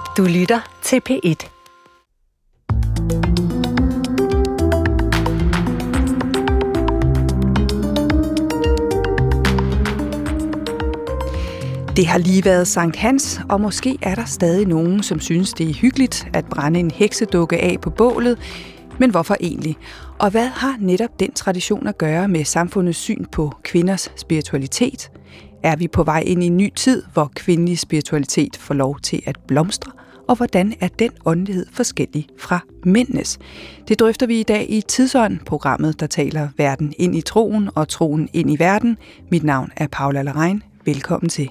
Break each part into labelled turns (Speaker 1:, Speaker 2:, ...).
Speaker 1: Du lytter til P1. Det har lige været Sankt Hans, og måske er der stadig nogen, som synes, det er hyggeligt at brænde en heksedukke af på bålet. Men hvorfor egentlig? Og hvad har netop den tradition at gøre med samfundets syn på kvinders spiritualitet? Er vi på vej ind i en ny tid, hvor kvindelig spiritualitet får lov til at blomstre? Og hvordan er den åndelighed forskellig fra mændenes? Det drøfter vi i dag i Tidsånd, programmet, der taler verden ind i troen og troen ind i verden. Mit navn er Paula Larrain. Velkommen til.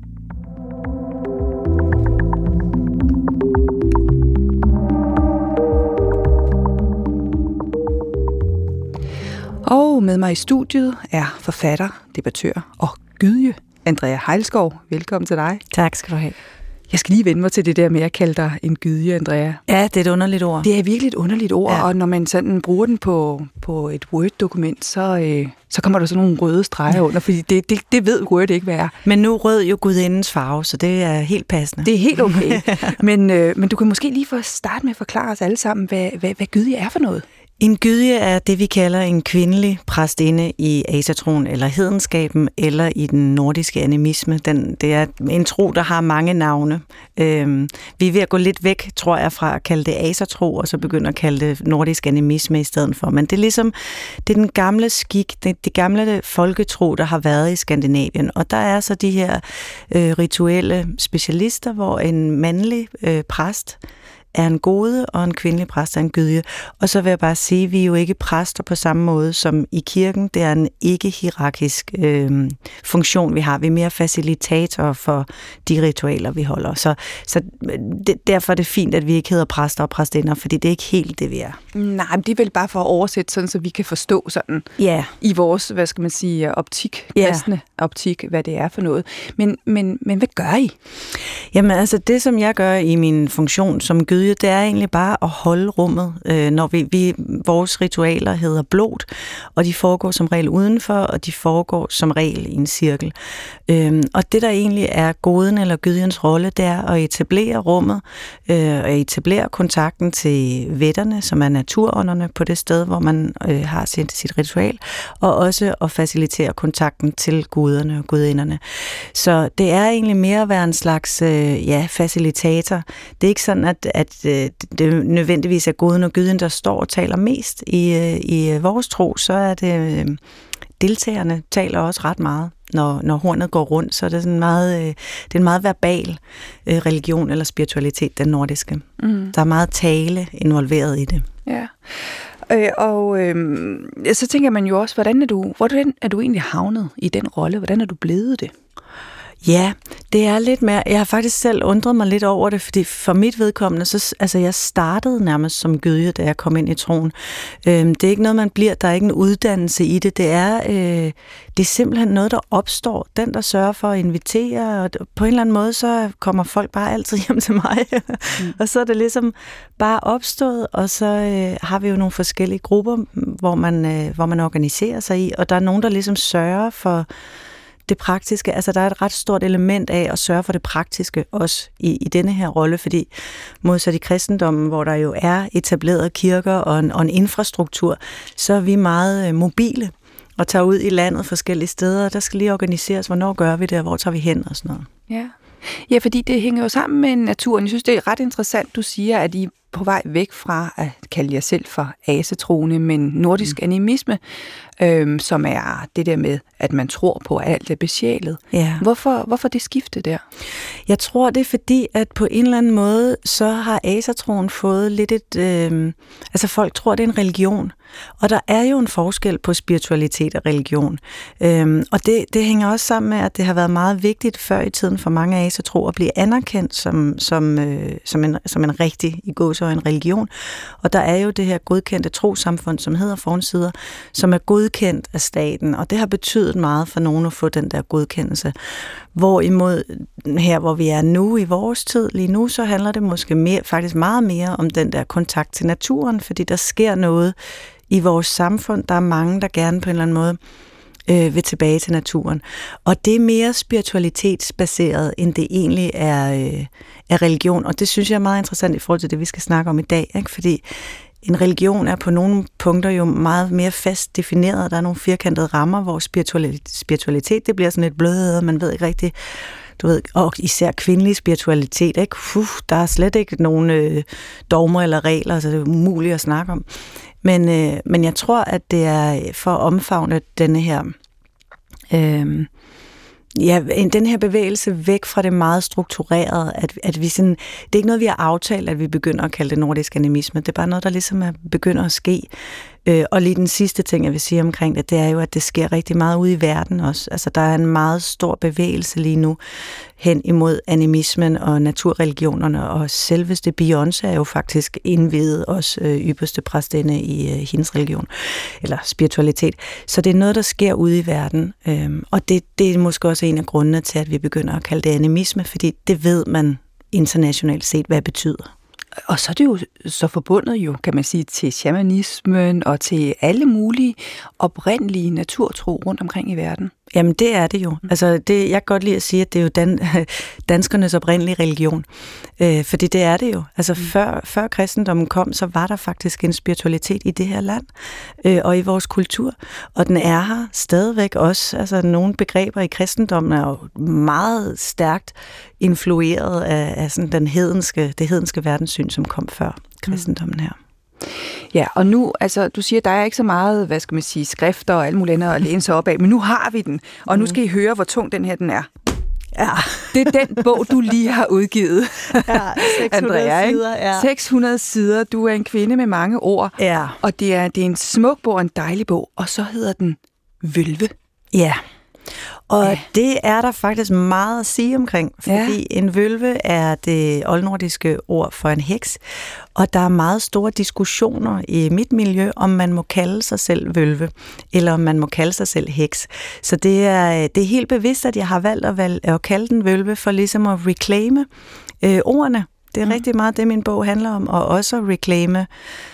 Speaker 1: Og med mig i studiet er forfatter, debattør og gyde Andrea Heilskov. Velkommen til dig.
Speaker 2: Tak skal du have.
Speaker 1: Jeg skal lige vende mig til det der med at kalde dig en gyde, Andrea.
Speaker 2: Ja, det er et underligt ord.
Speaker 1: Det er virkelig et underligt ord,
Speaker 2: ja.
Speaker 1: Og når man sådan bruger den på et Word-dokument, så kommer der sådan nogle røde streger under, fordi det ved Word ikke, hvad er.
Speaker 2: Men nu rød jo gudindens farve, så det er helt passende.
Speaker 1: Det er helt okay. Men du kan måske lige få starte med at forklare os alle sammen, hvad gyde er for noget.
Speaker 2: En gyde er det, vi kalder en kvindelig præstinde i asatroen eller hedenskaben, eller i den nordiske animisme. Det er en tro, der har mange navne. Vi er ved at gå lidt væk, tror jeg, fra at kalde det asatro, og så begynde at kalde det nordisk animisme i stedet for. Men det er ligesom det er den gamle skik, det gamle folketro, der har været i Skandinavien. Og der er så de her rituelle specialister, hvor en mandlig præst er en gode, og en kvindelig præst er en gyde. Og så vil jeg bare sige, at vi er jo ikke præster på samme måde som i kirken. Det er en ikke-hierarkisk funktion, vi har. Vi er mere facilitator for de ritualer, vi holder. Så derfor er det fint, at vi ikke hedder præster og præstinder, fordi det er ikke helt det, vi er.
Speaker 1: Nej, men det er vel bare for at oversætte sådan, så vi kan forstå sådan i vores, hvad skal man sige, optik, kristne optik, hvad det er for noget. Men hvad gør I?
Speaker 2: Jamen altså, det som jeg gør i min funktion som gyde, det er egentlig bare at holde rummet, når vores ritualer hedder blot, og de foregår som regel udenfor, og de foregår som regel i en cirkel. Og det, der egentlig er goden eller gydens rolle, det er at etablere rummet, og etablere kontakten til vætterne, som er naturånderne på det sted, hvor man har sit ritual, og også at facilitere kontakten til guderne og gudinderne. Så det er egentlig mere at være en slags facilitator. Det er ikke sådan, at det nødvendigvis er guden og gyden, der står og taler mest i vores tro, så er det deltagerne taler også ret meget. Når hornet går rundt, så er det sådan en meget verbal religion eller spiritualitet, den nordiske. Mm. Der er meget tale involveret i det.
Speaker 1: Ja. Så tænker man jo også, hvordan er du egentlig havnet i den rolle? Hvordan er du blevet det?
Speaker 2: Ja, det er lidt mere. Jeg har faktisk selv undret mig lidt over det, fordi for mit vedkommende, jeg startede nærmest som gyde, da jeg kom ind i troen. Det er ikke noget, man bliver. Der er ikke en uddannelse i det. Det er simpelthen noget, der opstår. Den, der sørger for at invitere, og på en eller anden måde, så kommer folk bare altid hjem til mig. Og så er det ligesom bare opstået, og så har vi jo nogle forskellige grupper, hvor man organiserer sig i, og der er nogen, der ligesom sørger for det praktiske. Altså, der er et ret stort element af at sørge for det praktiske også i denne her rolle, fordi modsat i kristendommen, hvor der jo er etablerede kirker og en infrastruktur, så er vi meget mobile og tager ud i landet forskellige steder. Der skal lige organiseres, hvornår gør vi det, og hvor tager vi hen og sådan noget.
Speaker 1: Ja, fordi det hænger jo sammen med naturen. Jeg synes, det er ret interessant, du siger, at I er på vej væk fra at kalde jer selv for asatroende, men nordisk animisme, som er det der med, at man tror på, at alt er besjælet. Ja. Hvorfor det skifte der?
Speaker 2: Jeg tror, det er fordi, at på en eller anden måde, så har asatroen fået lidt folk tror, det er en religion. Og der er jo en forskel på spiritualitet og religion. Og det hænger også sammen med, at det har været meget vigtigt før i tiden for mange asatro at blive anerkendt som en rigtig i gåseøjne religion. Og der er jo det her godkendte trosamfund, som hedder Fornsider, som er godkendt af staten, og det har betydet meget for nogen at få den der godkendelse. Hvorimod her, hvor vi er nu i vores tid, lige nu, så handler det måske faktisk meget mere om den der kontakt til naturen, fordi der sker noget i vores samfund. Der er mange, der gerne på en eller anden måde vil tilbage til naturen. Og det er mere spiritualitetsbaseret, end det egentlig er religion. Og det synes jeg er meget interessant i forhold til det, vi skal snakke om i dag. Ikke? Fordi en religion er på nogle punkter jo meget mere fast defineret. Der er nogle firkantede rammer, hvor spiritualitet det bliver sådan lidt blødet, man ved ikke rigtigt, du ved, og især kvindelig spiritualitet, ikke? Der er slet ikke nogen dogmer eller regler, så det er umuligt at snakke om. Men jeg tror, at det er for at omfavne denne her den her bevægelse væk fra det meget strukturerede, at vi sådan, det er ikke noget, vi har aftalt, at vi begynder at kalde det nordisk animisme. Det er bare noget, der ligesom begynder at ske. Og lige den sidste ting, jeg vil sige omkring det er jo, at det sker rigtig meget ude i verden også. Altså, der er en meget stor bevægelse lige nu hen imod animismen og naturreligionerne, og selveste Beyoncé er jo faktisk indviet også ypperste præstinde i hendes religion, eller spiritualitet. Så det er noget, der sker ude i verden, og det er måske også en af grundene til, at vi begynder at kalde det animisme, fordi det ved man internationalt set, hvad det betyder.
Speaker 1: Og så er det jo så forbundet jo, kan man sige, til shamanismen og til alle mulige oprindelige naturtro rundt omkring i verden.
Speaker 2: Jamen, det er det jo. Altså, jeg kan godt lide at sige, at det er jo danskernes oprindelige religion. Fordi det er det jo. Altså, før kristendommen kom, så var der faktisk en spiritualitet i det her land og i vores kultur. Og den er her stadigvæk også. Altså, nogle begreber i kristendommen er jo meget stærkt influeret af sådan det hedenske verdenssyn, som kom før kristendommen her.
Speaker 1: Ja, og nu, altså, du siger, der er ikke så meget, hvad skal man sige, skrifter og alt muligt andet at læne sig op af, men nu har vi den, og nu skal I høre, hvor tung den her den er. Ja. Det er den bog, du lige har udgivet.
Speaker 2: Ja, 600
Speaker 1: Andrea,
Speaker 2: sider. Ja.
Speaker 1: 600 sider. Du er en kvinde med mange ord. Ja. Og det er en smuk bog og en dejlig bog, og så hedder den Vølve.
Speaker 2: Ja. Og det er der faktisk meget at sige omkring, fordi en vølve er det oldnordiske ord for en heks, og der er meget store diskussioner i mit miljø, om man må kalde sig selv vølve, eller om man må kalde sig selv heks. Så det er helt bevidst, at jeg har valgt at kalde den vølve, for ligesom at reclaime ordene. Det er rigtig meget det, min bog handler om, og også at reclaime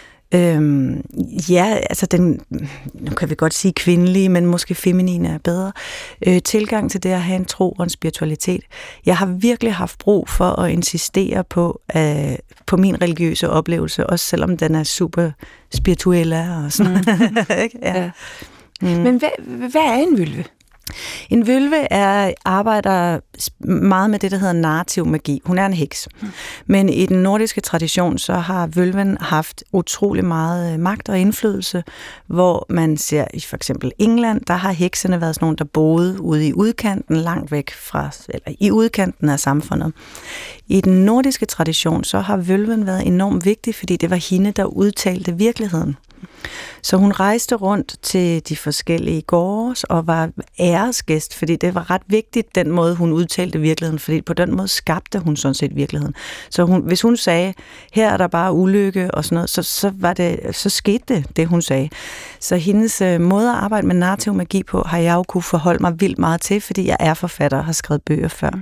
Speaker 2: altså nu kan vi godt sige kvindelige, men måske feminine er bedre, tilgang til det at have en tro og en spiritualitet. Jeg har virkelig haft brug for at insistere på min religiøse oplevelse, også selvom den er super spirituel og sådan noget. Ja.
Speaker 1: Men hvad er en vølve?
Speaker 2: En vølve arbejder meget med det, der hedder narrativ magi. Hun er en heks. Men i den nordiske tradition, så har vølven haft utrolig meget magt og indflydelse, hvor man ser i for eksempel England, der har heksene været sådan nogle, der boede ude i udkanten, langt væk fra, eller i udkanten af samfundet. I den nordiske tradition, så har vølven været enormt vigtig, fordi det var hende, der udtalte virkeligheden. Så hun rejste rundt til de forskellige gårde og var æresgæst, fordi det var ret vigtigt, den måde, hun udtalte virkeligheden, fordi på den måde skabte hun sådan set virkeligheden. Så hvis hun sagde, her er der bare ulykke og sådan noget, så skete det, hun sagde. Så hendes måde at arbejde med narrativ magi på, har jeg jo kunne forholde mig vildt meget til, fordi jeg er forfatter og har skrevet bøger før.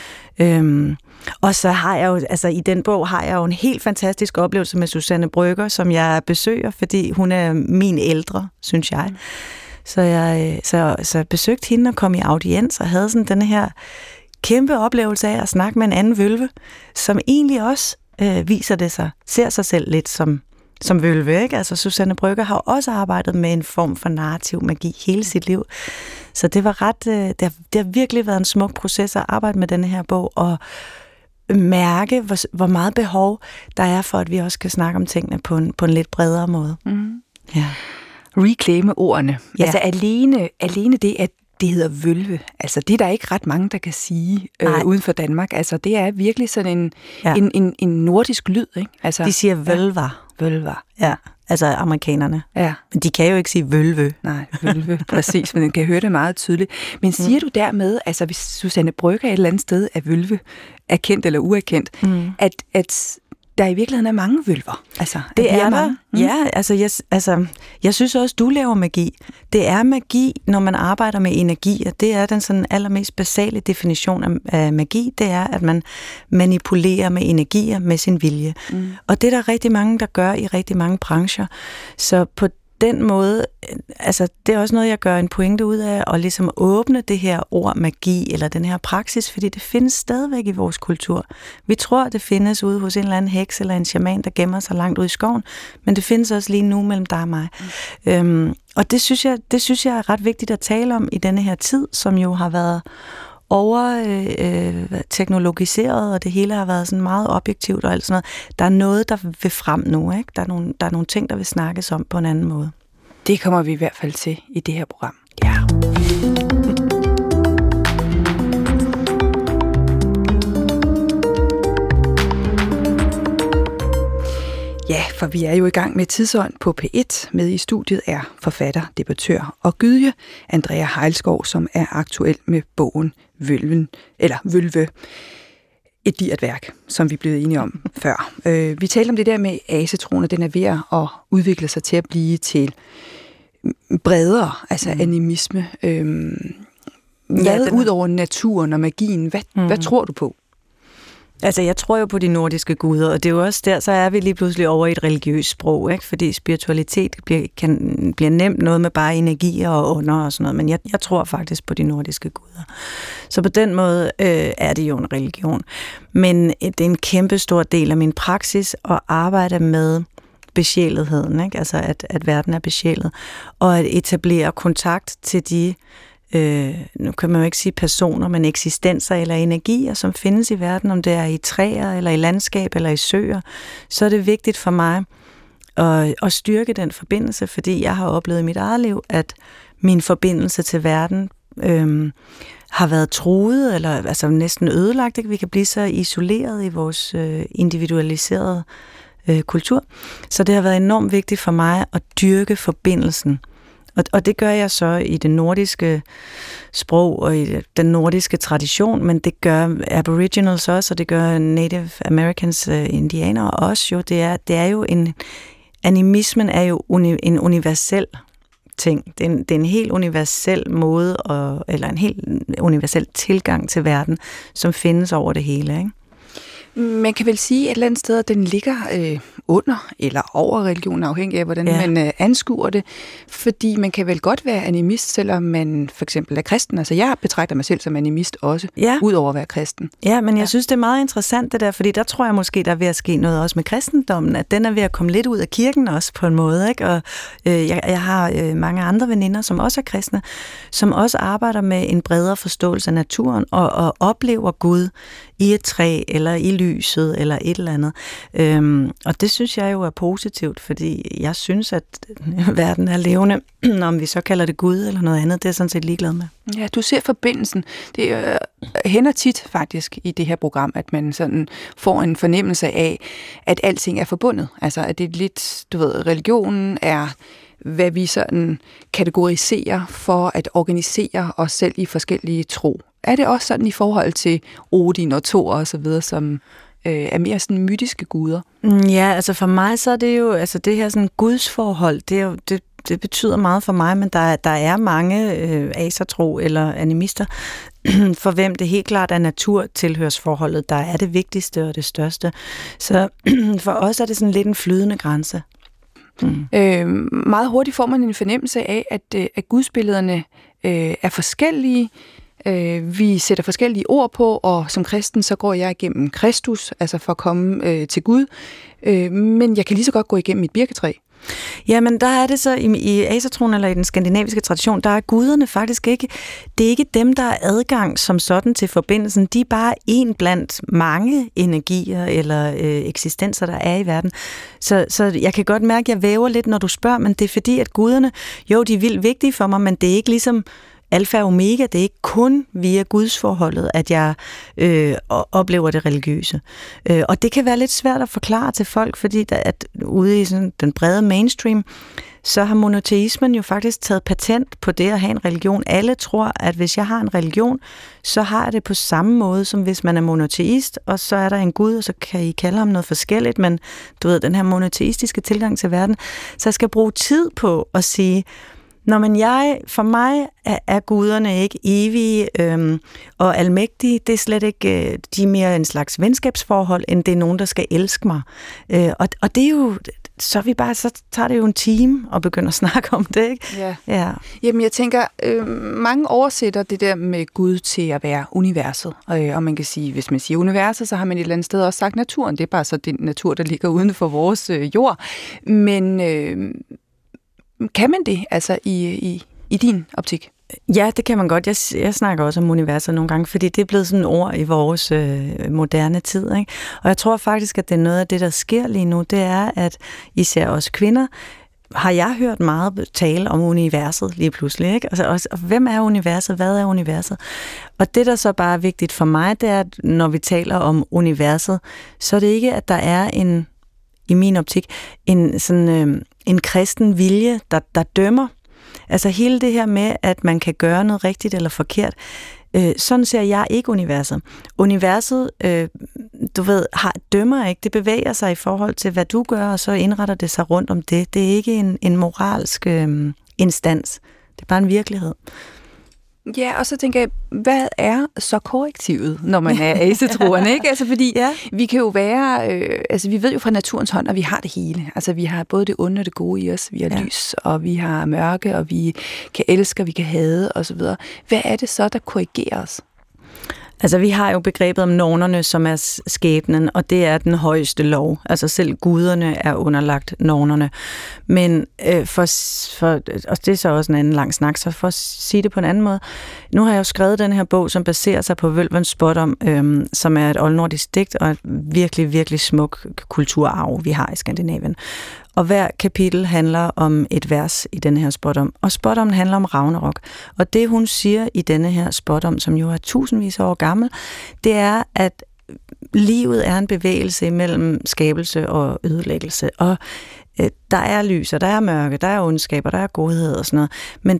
Speaker 2: Og så har jeg jo, altså i den bog har jeg jo en helt fantastisk oplevelse med Susanne Brøgger, som jeg besøger, fordi hun er min ældre, synes jeg. Så jeg besøgte hende og kom i audiens og havde sådan denne her kæmpe oplevelse af at snakke med en anden vølve, som egentlig også ser sig selv lidt som vølve, ikke? Altså Susanne Brøgger har også arbejdet med en form for narrativ magi hele sit liv. Så det var det har virkelig været en smuk proces at arbejde med denne her bog, og mærke, hvor meget behov der er for, at vi også kan snakke om tingene på en lidt bredere måde. Ja.
Speaker 1: Reclaime ordene. Ja. Altså alene det, at det hedder vølve. Altså det er der ikke ret mange, der kan sige uden for Danmark. Altså det er virkelig sådan en nordisk lyd, ikke? Altså,
Speaker 2: de siger vølver.
Speaker 1: Vølver.
Speaker 2: Ja, altså amerikanerne.
Speaker 1: Ja.
Speaker 2: Men de kan jo ikke sige vølve.
Speaker 1: Nej, vølve, præcis, men den kan høre det meget tydeligt. Men siger du dermed, altså hvis Susanne Brøgger et eller andet sted er vølve, er kendt eller uerkendt, at der i virkeligheden er mange vølver. Altså,
Speaker 2: det er der. Ja, jeg synes også, du laver magi. Det er magi, når man arbejder med energier. Det er den sådan allermest basale definition af magi. Det er, at man manipulerer med energier med sin vilje. Og det er der rigtig mange, der gør i rigtig mange brancher. Så på den måde, altså det er også noget, jeg gør en pointe ud af, at ligesom åbne det her ord magi, eller den her praksis, fordi det findes stadigvæk i vores kultur. Vi tror, det findes ude hos en eller anden heks eller en shaman, der gemmer sig langt ude i skoven, men det findes også lige nu mellem dig og mig. Og det synes jeg er ret vigtigt at tale om i denne her tid, som jo har været teknologiseret, og det hele har været sådan meget objektivt og alt sådan noget. Der er noget, der vil frem nu, ikke? Der er nogle ting, der vil snakkes om på en anden måde.
Speaker 1: Det kommer vi i hvert fald til i det her program. Ja. Ja, for vi er jo i gang med Tidsånd på P1. Med i studiet er forfatter, debattør og gyde Andrea Heilskov, som er aktuel med bogen Vølve. Et digert værk, som vi blev enige om før. Vi talte om det der med asetroen, den er ved at udvikle sig til at blive til bredere, altså animisme. Ud over naturen og magien. Hvad tror du på?
Speaker 2: Altså, jeg tror jo på de nordiske guder, og det er jo også der, så er vi lige pludselig over i et religiøst sprog, ikke? Fordi spiritualitet bliver nemt noget med bare energier og ånder og sådan noget, men jeg tror faktisk på de nordiske guder. Så på den måde er det jo en religion. Men det er en kæmpe stor del af min praksis at arbejde med besjæletheden, ikke? Altså, at verden er besjælet, og at etablere kontakt til de nu kan man jo ikke sige personer, men eksistenser eller energier, som findes i verden, om det er i træer, eller i landskab, eller i søer, så er det vigtigt for mig at styrke den forbindelse, fordi jeg har oplevet i mit eget liv, at min forbindelse til verden har været truet, eller altså næsten ødelagt. Ikke? Vi kan blive så isoleret i vores individualiserede kultur. Så det har været enormt vigtigt for mig at dyrke forbindelsen. Og det gør jeg så i det nordiske sprog og i den nordiske tradition, men det gør Aboriginals også, og det gør Native Americans, indianere også jo. Det er jo animismen er jo en universel ting. Det er en helt universel måde, eller en helt universel tilgang til verden, som findes over det hele, ikke?
Speaker 1: Man kan vel sige et eller andet sted, at den ligger under eller over religionen, afhængig af, hvordan man anskuer det. Fordi man kan vel godt være animist, selvom man for eksempel er kristen. Altså jeg betragter mig selv som animist også, ud over at være kristen. Ja, men jeg synes, det er meget interessant det der, fordi der tror jeg måske, der er ved at ske noget også med kristendommen, at den er ved at komme lidt ud af kirken også på en måde. Ikke? Og jeg har mange andre veninder, som også er kristne, som også arbejder med en bredere forståelse af naturen og oplever Gud i et træ, eller i lyset, eller et eller andet. Og det synes jeg jo er positivt, fordi jeg synes, at verden er levende, om vi så kalder det Gud eller noget andet, det er jeg sådan set ligeglad med. Ja, du ser forbindelsen. Det hænder tit faktisk i det her program, at man sådan får en fornemmelse af, at alting er forbundet. Altså, at det er lidt, religionen er hvad vi sådan kategoriserer for at organisere os selv i forskellige tro. Er det også sådan i forhold til Odin og Thor og så videre, som er mere sådan mytiske guder?
Speaker 2: Ja, altså for mig så er det jo, altså det her sådan gudsforhold, det betyder meget for mig, men der er mange asertro eller animister, for hvem det helt klart er naturtilhørsforholdet, der er det vigtigste og det største. Så for os er det sådan lidt en flydende grænse.
Speaker 1: Meget hurtigt får man en fornemmelse af, at gudsbillederne er forskellige. Vi sætter forskellige ord på, og som kristen, så går jeg igennem Kristus, altså for at komme til Gud. Men jeg kan lige så godt gå igennem et birketræ.
Speaker 2: Jamen, der er det så i asertroen eller i den skandinaviske tradition, der er guderne faktisk ikke, det er ikke dem, der er adgang som sådan til forbindelsen, de er bare en blandt mange energier eller eksistenser, der er i verden. Så jeg kan godt mærke, at jeg væver lidt, når du spørger, men det er fordi, at guderne, jo, de er vildt vigtige for mig, men det er ikke ligesom alfa og omega, det er ikke kun via gudsforholdet, at jeg oplever det religiøse. Og det kan være lidt svært at forklare til folk, fordi at ude i sådan den brede mainstream, så har monoteismen jo faktisk taget patent på det at have en religion. Alle tror, at hvis jeg har en religion, så har jeg det på samme måde, som hvis man er monoteist, og så er der en Gud, og så kan I kalde ham noget forskelligt, men du ved, den her monoteistiske tilgang til verden. Så jeg skal bruge tid på at sige, men for mig er guderne ikke evige og almægtige. Det er slet ikke, de er mere en slags venskabsforhold, end det er nogen, der skal elske mig. Og det er jo, så tager det jo en time at begynde at snakke om det, ikke?
Speaker 1: Ja.
Speaker 2: Ja.
Speaker 1: Jamen, jeg tænker, mange oversætter det der med Gud til at være universet. Og man kan sige, hvis man siger universet, så har man et eller andet sted også sagt naturen. Det er bare så den natur, der ligger uden for vores jord. Men kan man det, altså i din optik?
Speaker 2: Ja, det kan man godt. Jeg snakker også om universet nogle gange, fordi det er blevet sådan et ord i vores moderne tid, ikke? Og jeg tror faktisk, at det er noget af det, der sker lige nu, det er, at især os kvinder, har jeg hørt meget tale om universet lige pludselig, ikke? Altså, og hvem er universet? Hvad er universet? Og det, der så bare er vigtigt for mig, det er, at når vi taler om universet, så er det ikke, at der er i min optik, en kristen vilje, der dømmer. Altså hele det her med, at man kan gøre noget rigtigt eller forkert, sådan ser jeg ikke universet. Universet, dømmer ikke. Det bevæger sig i forhold til, hvad du gør, og så indretter det sig rundt om det. Det er ikke en moralsk instans. Det er bare en virkelighed.
Speaker 1: Ja, og så tænker jeg, hvad er så korrektivet, når man er asetroende, ikke? Altså fordi vi kan jo være, vi ved jo fra naturens hånd, at vi har det hele. Altså vi har både det onde og det gode i os. Vi har lys, og vi har mørke, og vi kan elske, og vi kan hade, osv. Hvad er det så, der korrigerer os?
Speaker 2: Altså, vi har jo begrebet om normerne, som er skæbnen, og det er den højeste lov. Altså, selv guderne er underlagt normerne. Men og det er så også en anden lang snak, så for at sige det på en anden måde. Nu har jeg jo skrevet den her bog, som baserer sig på Vølvens Spådom, som er et oldnordisk digt og et virkelig, virkelig smuk kulturarv, vi har i Skandinavien. Og hver kapitel handler om et vers i denne her spådom. Og spådommen handler om Ragnarok. Og det, hun siger i denne her spådom, som jo er tusindvis af år gammel, det er, at livet er en bevægelse mellem skabelse og ødelæggelse. Og der er lys, og der er mørke, der er ondskab, og der er godhed og sådan noget. Men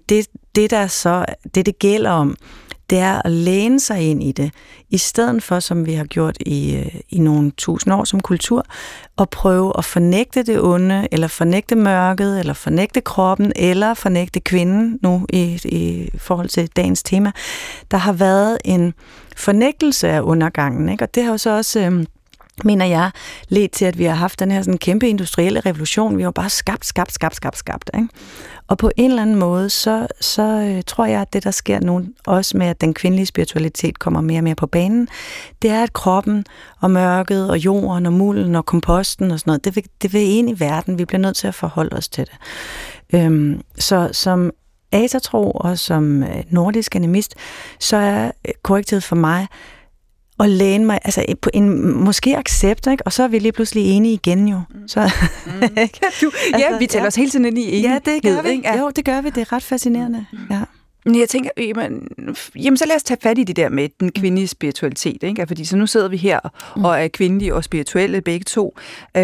Speaker 2: det gælder om, det er at læne sig ind i det, i stedet for, som vi har gjort i nogle tusind år som kultur, at prøve at fornægte det onde, eller fornægte mørket, eller fornægte kroppen, eller fornægte kvinden, nu i forhold til dagens tema. Der har været en fornægtelse af undergangen, ikke? Og det har jo så også mener jeg, ledt til, at vi har haft den her sådan kæmpe industrielle revolution. Vi har bare skabt, ikke? Og på en eller anden måde, så tror jeg, at det, der sker nu, også med, at den kvindelige spiritualitet kommer mere og mere på banen, det er, at kroppen og mørket og jorden og mulden og komposten og sådan noget, det vil ind i verden. Vi bliver nødt til at forholde os til det. Så som asatro og som nordisk animist, så er korrektivet for mig og læne mig, altså på en måske accept, ikke? Og så er vi lige pludselig enige igen jo. Så,
Speaker 1: vi tæller os hele tiden ind i enighed.
Speaker 2: Ja, det gør vi. Ikke? Ja. Jo, det gør vi. Det er ret fascinerende. Ja.
Speaker 1: Men jeg tænker, jamen så lad os tage fat i det der med den kvindelige spiritualitet, ikke? Fordi så nu sidder vi her og er kvindelige og spirituelle begge to.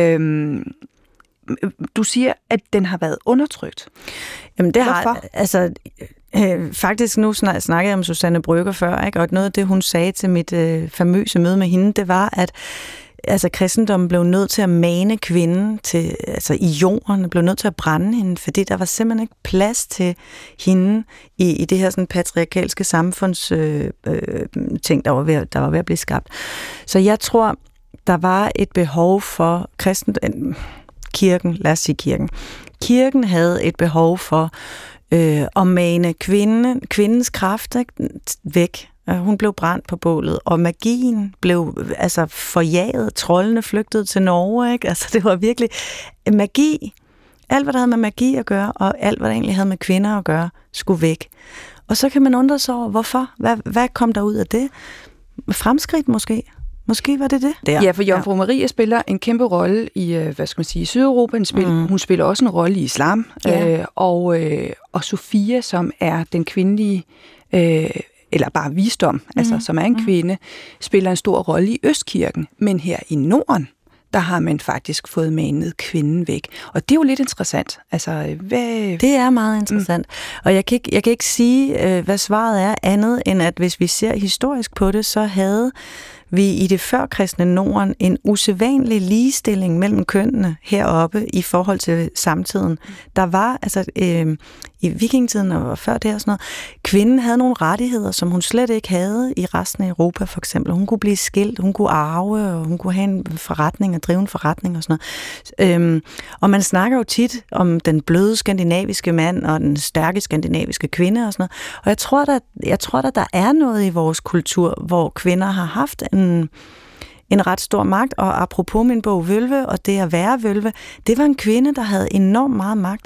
Speaker 1: Du siger, at den har været undertrykt.
Speaker 2: Jamen det hvorfor? Faktisk nu snakkede jeg om Susanne Brøgger før, ikke? Og noget af det, hun sagde til mit famøse møde med hende, det var, at kristendommen blev nødt til at mane kvinden til, i jorden, blev nødt til at brænde hende, fordi der var simpelthen ikke plads til hende i det her sådan patriarkalske samfunds ting, der var ved at blive skabt. Så jeg tror, der var et behov for kirken, lad os sige kirken. Kirken havde et behov for at mane kvindens kraft væk. Hun blev brændt på bålet, og magien blev forjaget. Troldene flygtede til Norge, ikke? Altså, det var virkelig magi. Alt, hvad der havde med magi at gøre, og alt, hvad der egentlig havde med kvinder at gøre, skulle væk. Og så kan man undre sig over, hvorfor? Hvad kom der ud af det? Fremskridt måske? Måske var det det. Der.
Speaker 1: Ja, for Jomfru Maria spiller en kæmpe rolle i, Sydeuropa. Hun spiller også en rolle i islam. Ja. Og Sofia, som er den kvindelige, eller bare visdom, som er en kvinde, spiller en stor rolle i Østkirken. Men her i Norden, der har man faktisk fået manet kvinden væk. Og det er jo lidt interessant. Det
Speaker 2: er meget interessant. Og jeg kan ikke sige, hvad svaret er, andet end at hvis vi ser historisk på det, så havde vi i det førkristne Norden en usædvanlig ligestilling mellem kønnene heroppe i forhold til samtiden. Der var i vikingetiden og før det og sådan noget. Kvinden havde nogle rettigheder, som hun slet ikke havde i resten af Europa, for eksempel. Hun kunne blive skilt, hun kunne arve, og hun kunne have en forretning og drive en forretning og sådan noget. Og man snakker jo tit om den bløde skandinaviske mand og den stærke skandinaviske kvinde og sådan noget. Og jeg tror, der er noget i vores kultur, hvor kvinder har haft en ret stor magt, og apropos min bog Vølve, og det at være Vølve, det var en kvinde, der havde enormt meget magt.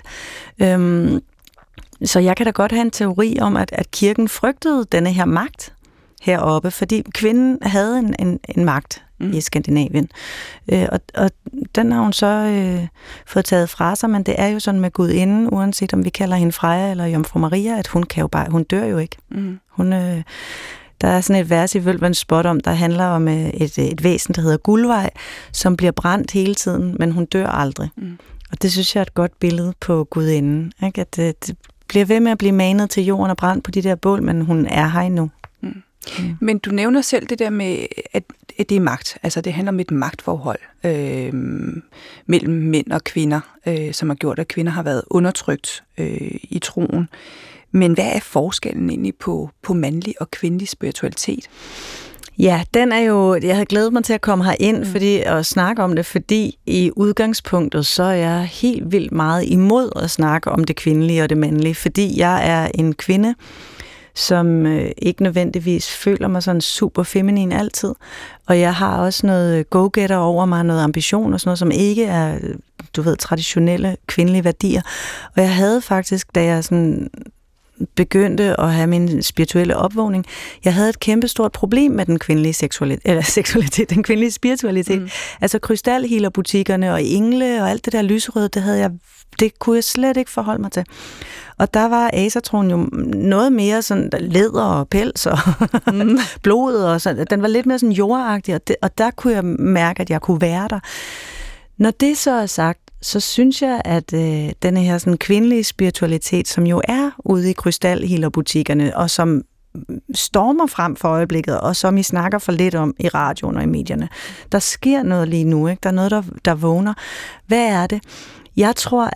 Speaker 2: Så jeg kan da godt have en teori om, at kirken frygtede denne her magt heroppe, fordi kvinden havde en magt i Skandinavien. Og den har hun så fået taget fra sig, men det er jo sådan med gudinden, uanset om vi kalder hende Freja eller Jomfru Maria, at hun dør jo ikke. Der er sådan et vers i Vølvens spot om, der handler om et væsen, der hedder Guldvej, som bliver brændt hele tiden, men hun dør aldrig. Og det synes jeg er et godt billede på gudinden. Ikke? At det bliver ved med at blive manet til jorden og brændt på de der bål, men hun er her endnu.
Speaker 1: Men du nævner selv det der med, at det er magt. Altså det handler om et magtforhold mellem mænd og kvinder, som har gjort, at kvinder har været undertrykt i troen. Men hvad er forskellen egentlig på mandlig og kvindelig spiritualitet?
Speaker 2: Ja, den er jo, jeg havde glædet mig til at komme herind og snakke om det, fordi i udgangspunktet, så er jeg helt vildt meget imod at snakke om det kvindelige og det mandlige, fordi jeg er en kvinde, som ikke nødvendigvis føler mig sådan super feminin altid. Og jeg har også noget go-getter over mig, noget ambition og sådan noget, som ikke er, traditionelle kvindelige værdier. Og jeg havde faktisk, da jeg sådan begyndte at have min spirituelle opvågning, jeg havde et kæmpestort problem med den kvindelige seksualitet, den kvindelige spiritualitet. Altså krystalhealerbutikkerne og engle og alt det der lyserøde, det kunne jeg slet ikke forholde mig til. Og der var asatroen jo noget mere sådan læder og pels og blod og sådan. Den var lidt mere sådan jordagtig, og der kunne jeg mærke, at jeg kunne være der. Når det så er sagt, så synes jeg, at denne her sådan kvindelige spiritualitet, som jo er ude i krystalhealerbutikkerne, og som stormer frem for øjeblikket, og som I snakker for lidt om i radioen og i medierne, der sker noget lige nu, ikke? Der er noget, der vågner. Hvad er det? Jeg tror,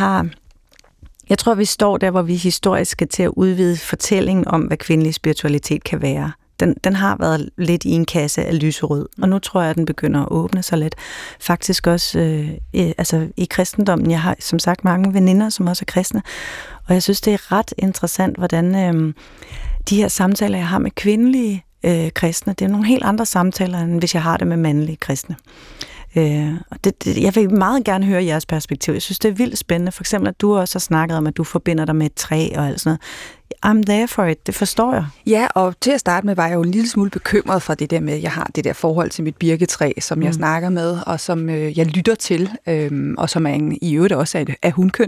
Speaker 2: at vi står der, hvor vi historisk skal til at udvide fortællingen om, hvad kvindelig spiritualitet kan være. Den har været lidt i en kasse af lyserød, og nu tror jeg, at den begynder at åbne sig lidt. Faktisk også i kristendommen. Jeg har som sagt mange veninder, som også er kristne, og jeg synes, det er ret interessant, hvordan de her samtaler, jeg har med kvindelige kristne, det er nogle helt andre samtaler, end hvis jeg har det med mandlige kristne. Jeg vil meget gerne høre jeres perspektiv. Jeg synes, det er vildt spændende. For eksempel, at du også har snakket om, at du forbinder dig med et træ og alt sådan noget. I'm there for it. Det forstår jeg.
Speaker 1: Ja, og til at starte med var jeg jo en lille smule bekymret for det der med, at jeg har det der forhold til mit birketræ, som jeg snakker med, og som jeg lytter til, og som er i øvrigt også af hunkøn.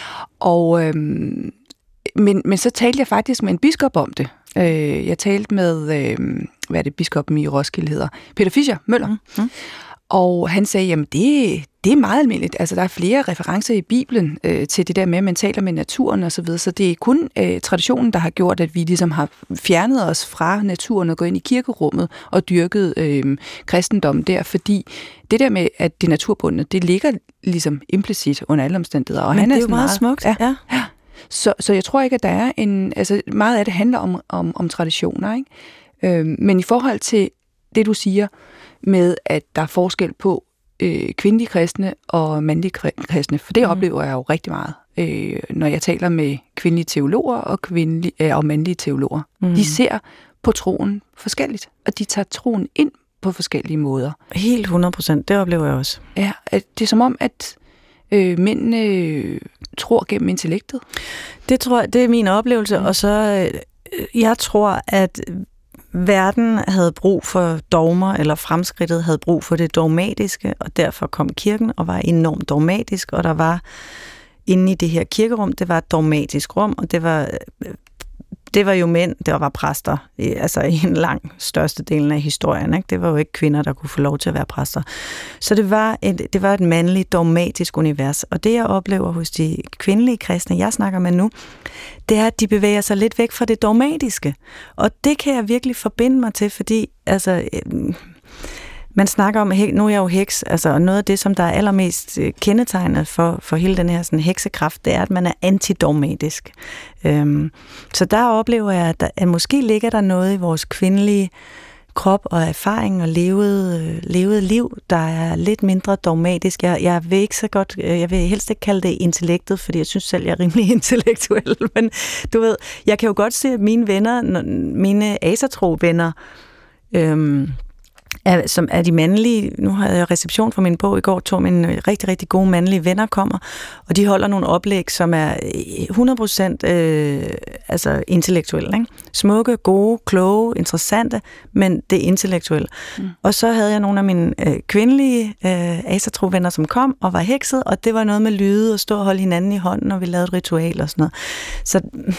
Speaker 1: Men så talte jeg faktisk med en biskop om det. Jeg talte med, biskoppen i Roskilde hedder? Peter Fischer Møller. Og han sagde, jamen det er meget almindeligt. Altså der er flere referencer i Bibelen til det der med, at man taler med naturen og så videre. Så det er kun traditionen, der har gjort, at vi ligesom har fjernet os fra naturen og gået ind i kirkerummet og dyrket kristendom der. Fordi det der med, at det naturbundne, det ligger ligesom implicit under alle omstændigheder. Og
Speaker 2: men han det er jo meget smukt.
Speaker 1: Ja. Så jeg tror ikke, at der er meget af det handler om traditioner, ikke? Men i forhold til det, du siger, med at der er forskel på kvindelige kristne og mandlige kristne, for det oplever jeg jo rigtig meget, når jeg taler med kvindelige teologer og mandlige teologer. De ser på troen forskelligt, og de tager troen ind på forskellige måder.
Speaker 2: Helt 100%, det oplever jeg også.
Speaker 1: Ja, det er som om, at mændene tror gennem intellektet. Det er min oplevelse, og så jeg tror, at verden havde brug for dogmer, eller fremskridtet havde brug for det dogmatiske, og derfor kom kirken og var enormt dogmatisk, og der var inde i det her kirkerum, det var et dogmatisk rum, og det var jo mænd, der var præster, altså i en lang største del af historien. Ikke? Det var jo ikke kvinder, der kunne få lov til at være præster. Så det var et mandligt, dogmatisk univers. Og det, jeg oplever hos de kvindelige kristne, jeg snakker med nu, det er, at de bevæger sig lidt væk fra det dogmatiske. Og det kan jeg virkelig forbinde mig til, fordi altså,
Speaker 2: Man snakker om, nu er jeg jo heks, altså, og noget af det, som der er allermest kendetegnet for hele den her sådan, heksekraft, det er, at man er antidogmatisk. Så der oplever jeg, at måske ligger der noget i vores kvindelige krop og erfaring og levet liv, der er lidt mindre dogmatisk. Jeg vil ikke så godt, jeg vil helst ikke kalde det intellektet, fordi jeg synes selv, jeg er rimelig intellektuel, men du ved, jeg kan jo godt se, at mine venner, mine asatro-venner, som er de mandlige, nu havde jeg reception for min bog i går, 2 mine rigtig, rigtig gode mandlige venner kommer, og de holder nogle oplæg, som er 100% altså intellektuelle. Ikke? Smukke, gode, kloge, interessante, men det er intellektuelle. Og så havde jeg nogle af mine kvindelige asatro-venner, som kom og var hekset, og det var noget med lyde og stå og holde hinanden i hånden, og vi lavede et ritual og sådan noget. Så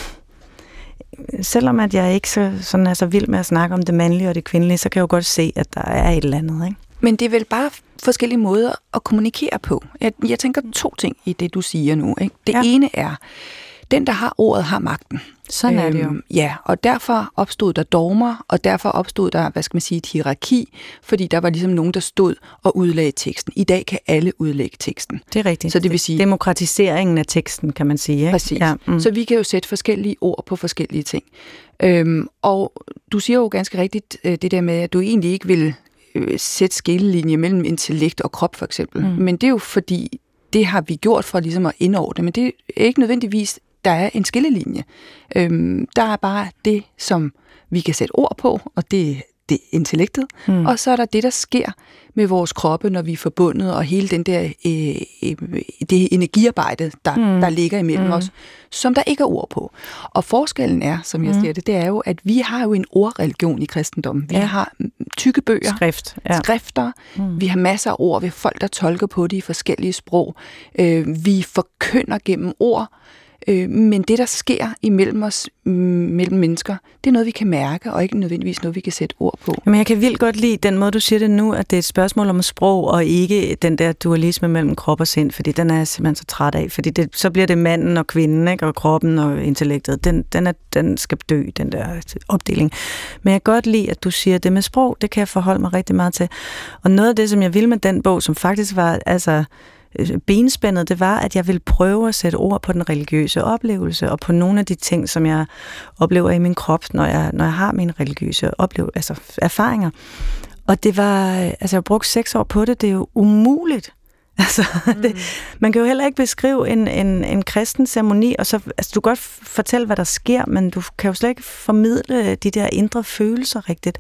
Speaker 2: selvom at jeg ikke sådan er så vild med at snakke om det mandlige og det kvindelige, så kan jeg jo godt se, at der er et eller andet. Ikke?
Speaker 1: Men det er vel bare forskellige måder at kommunikere på. Jeg tænker 2 ting i det, du siger nu. Ikke? Det ene er, den, der har ordet, har magten.
Speaker 2: Sådan er det jo.
Speaker 1: Ja, og derfor opstod der dogmer, og derfor opstod der, et hierarki, fordi der var ligesom nogen, der stod og udlagde teksten. I dag kan alle udlægge teksten.
Speaker 2: Det er rigtigt.
Speaker 1: Så det vil sige
Speaker 2: demokratiseringen af teksten, kan man sige. Ikke?
Speaker 1: Præcis. Ja. Så vi kan jo sætte forskellige ord på forskellige ting. Og du siger jo ganske rigtigt det der med, at du egentlig ikke vil sætte skillelinje mellem intellekt og krop, for eksempel. Men det er jo fordi, det har vi gjort for ligesom at indordne, men det er ikke nødvendigvis der er en skillelinje. Der er bare det, som vi kan sætte ord på, og det er intellektet. Og så er der det, der sker med vores kroppe, når vi er forbundet, og hele den der det energiarbejde, der ligger imellem os, som der ikke er ord på. Og forskellen er, som jeg siger det er jo, at vi har jo en ordreligion i kristendommen. Vi har tykke bøger, skrifter, vi har masser af ord, vi har folk, der tolker på det i forskellige sprog. Vi forkynder gennem ord, men det, der sker imellem os, mellem mennesker, det er noget, vi kan mærke, og ikke nødvendigvis noget, vi kan sætte ord på.
Speaker 2: Men jeg kan vildt godt lide den måde, du siger det nu, at det er et spørgsmål om sprog, og ikke den der dualisme mellem krop og sind, fordi den er jeg simpelthen så træt af, fordi så bliver det manden og kvinden, ikke? Og kroppen og intellektet. Den skal dø, den der opdeling. Men jeg kan godt lide, at du siger det med sprog, det kan jeg forholde mig rigtig meget til. Og noget af det, som jeg vil med den bog, som faktisk var, altså benspændet, det var, at jeg ville prøve at sætte ord på den religiøse oplevelse, og på nogle af de ting, som jeg oplever i min krop, når jeg har mine religiøse erfaringer. Og det var, jeg har brugt 6 år på det, det er jo umuligt. Man kan jo heller ikke beskrive en kristen ceremoni, og så, du kan godt fortælle, hvad der sker, men du kan jo slet ikke formidle de der indre følelser rigtigt.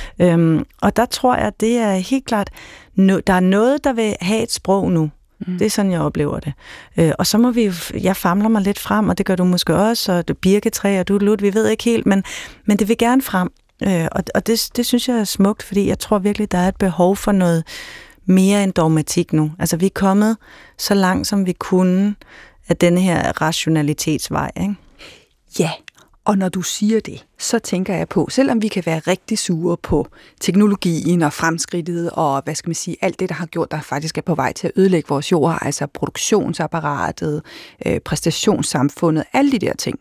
Speaker 2: Og der tror jeg, at det er helt klart, der er noget, der vil have et sprog nu. Det er sådan, jeg oplever det. Og så må vi jo, jeg famler mig lidt frem, og det gør du måske også, og det birketræ, og du vi ved ikke helt, men det vil gerne frem. Og det synes jeg er smukt, fordi jeg tror virkelig, der er et behov for noget mere end dogmatik nu. Altså, vi er kommet så langt, som vi kunne af denne her rationalitetsvej, ikke?
Speaker 1: Ja, og når du siger det, så tænker jeg på, selvom vi kan være rigtig sure på teknologien og fremskridtet og, alt det, der har gjort, der faktisk er på vej til at ødelægge vores jord, altså produktionsapparatet, præstationssamfundet, alle de der ting,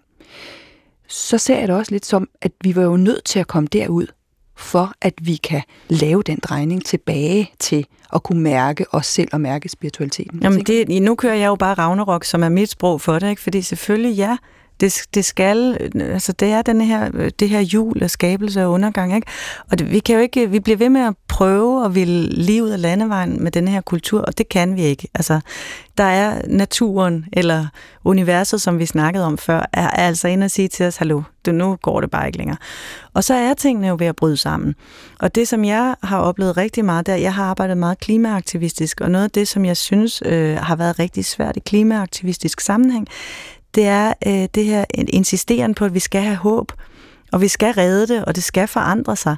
Speaker 1: så ser jeg det også lidt som, at vi var jo nødt til at komme derud, for at vi kan lave den drejning tilbage til at kunne mærke os selv og mærke spiritualiteten.
Speaker 2: Jamen nu kører jeg jo bare Ragnarok, som er mit sprog for det, ikke? Fordi selvfølgelig, ja, det skal, altså det er det her hjul af skabelse og undergang, ikke? Og vi kan jo ikke, vi bliver ved med at prøve at ville leve ud af landevejen med denne her kultur, og det kan vi ikke. Altså, der er naturen, eller universet, som vi snakkede om før, er altså inde og sige til os, hallo, nu går det bare ikke længere. Og så er tingene jo ved at bryde sammen. Og det, som jeg har oplevet rigtig meget der, jeg har arbejdet meget klimaaktivistisk, og noget af det, som jeg synes har været rigtig svært i klimaaktivistisk sammenhæng, det er det her insisteren på, at vi skal have håb, og vi skal redde det, og det skal forandre sig.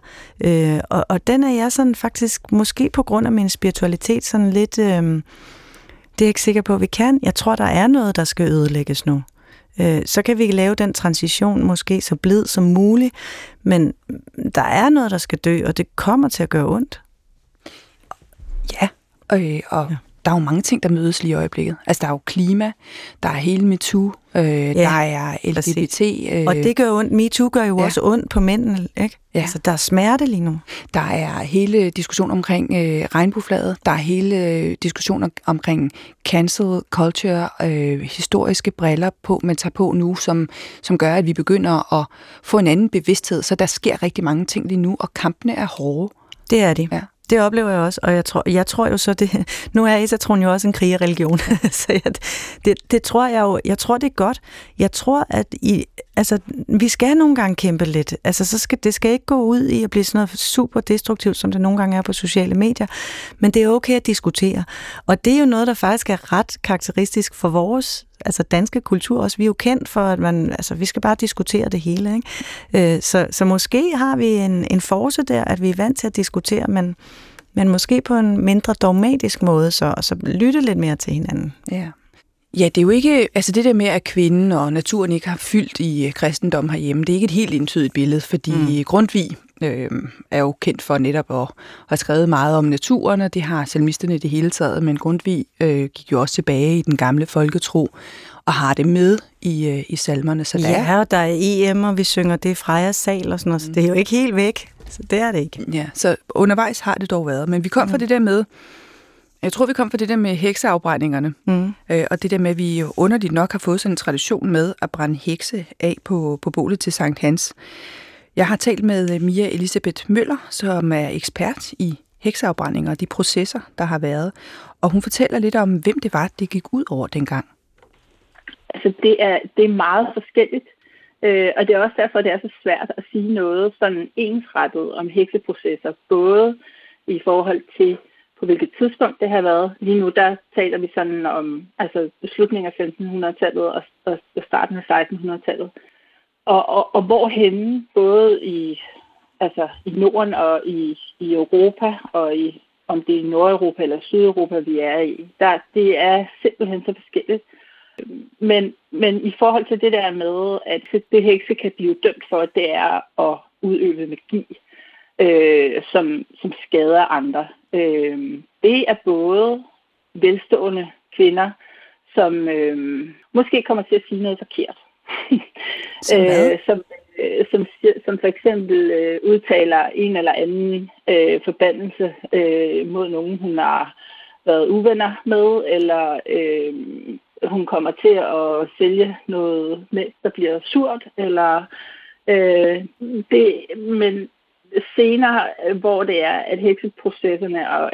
Speaker 2: Og den er jeg sådan faktisk, måske på grund af min spiritualitet, sådan lidt, det er jeg ikke sikker på, at vi kan. Jeg tror, der er noget, der skal ødelægges nu. Så kan vi lave den transition måske så blid som muligt, men der er noget, der skal dø, og det kommer til at gøre ondt.
Speaker 1: Ja, og der er jo mange ting, der mødes lige i øjeblikket. Altså, der er jo klima, der er hele MeToo, der er LGBT.
Speaker 2: Og det gør ondt. MeToo gør jo også ondt på mændene, ikke? Ja. Altså, der er smerte lige nu.
Speaker 1: Der er hele diskussionen omkring regnbueflaget. Der er hele diskussionen omkring cancel culture, historiske briller på, man tager på nu, som gør, at vi begynder at få en anden bevidsthed. Så der sker rigtig mange ting lige nu, og kampene er hårde.
Speaker 2: Det er de. Ja. Det oplever jeg også, og jeg tror jo så, det nu er Esatron jo også en krigerreligion, så det tror jeg jo, jeg tror det er godt. Jeg tror, at vi skal nogle gange kæmpe lidt. Altså, det skal ikke gå ud i at blive sådan noget super destruktivt, som det nogle gange er på sociale medier, men det er okay at diskutere. Og det er jo noget, der faktisk er ret karakteristisk for vores danske kultur også. Vi er jo kendt for, at vi skal bare diskutere det hele, ikke? Så måske har vi en force der, at vi er vant til at diskutere, men måske på en mindre dogmatisk måde, så lytte lidt mere til hinanden.
Speaker 1: Ja. Ja, det er jo ikke, det der med, at kvinden og naturen ikke har fyldt i kristendom herhjemme, det er ikke et helt entydigt billede, fordi Grundtvig er jo kendt for netop at have skrevet meget om naturen, og det har salmisterne i det hele taget, men Grundtvig gik jo også tilbage i den gamle folketro, og har det med i salmerne. Så
Speaker 2: der er EM, og vi synger det Frejas sal og sådan noget, så det er jo ikke helt væk, så det er det ikke.
Speaker 1: Ja, så undervejs har det dog været, men vi kom fra det der med, jeg tror, vi kom fra det der med hekseafbrændingerne, og det der med, at vi underligt nok har fået sådan en tradition med at brænde hekse af på bålet til Sankt Hans. Jeg har talt med Mia Elisabeth Møller, som er ekspert i hekseafbrændinger og de processer, der har været, og hun fortæller lidt om, hvem det var, det gik ud over dengang.
Speaker 3: Altså, det er meget forskelligt, og det er også derfor, det er så svært at sige noget sådan ensrettet om hekseprocesser, både i forhold til på hvilket tidspunkt det har været. Lige nu, der taler vi sådan om slutningen af 1500-tallet og starten af 1600-tallet. Og hvorhenne, både i Norden og i Europa, og om det er Nordeuropa eller Sydeuropa, vi er i, det er simpelthen så forskelligt. Men i forhold til det der med, at det hekse kan blive dømt for, det er at udøve magi, som skader andre. Det er både velstående kvinder, som måske kommer til at sige noget forkert. Som for eksempel udtaler en eller anden forbandelse mod nogen, hun har været uvenner med, eller hun kommer til at sælge noget mælk, der bliver surt, eller men senere, hvor det er, at hekseprocesserne og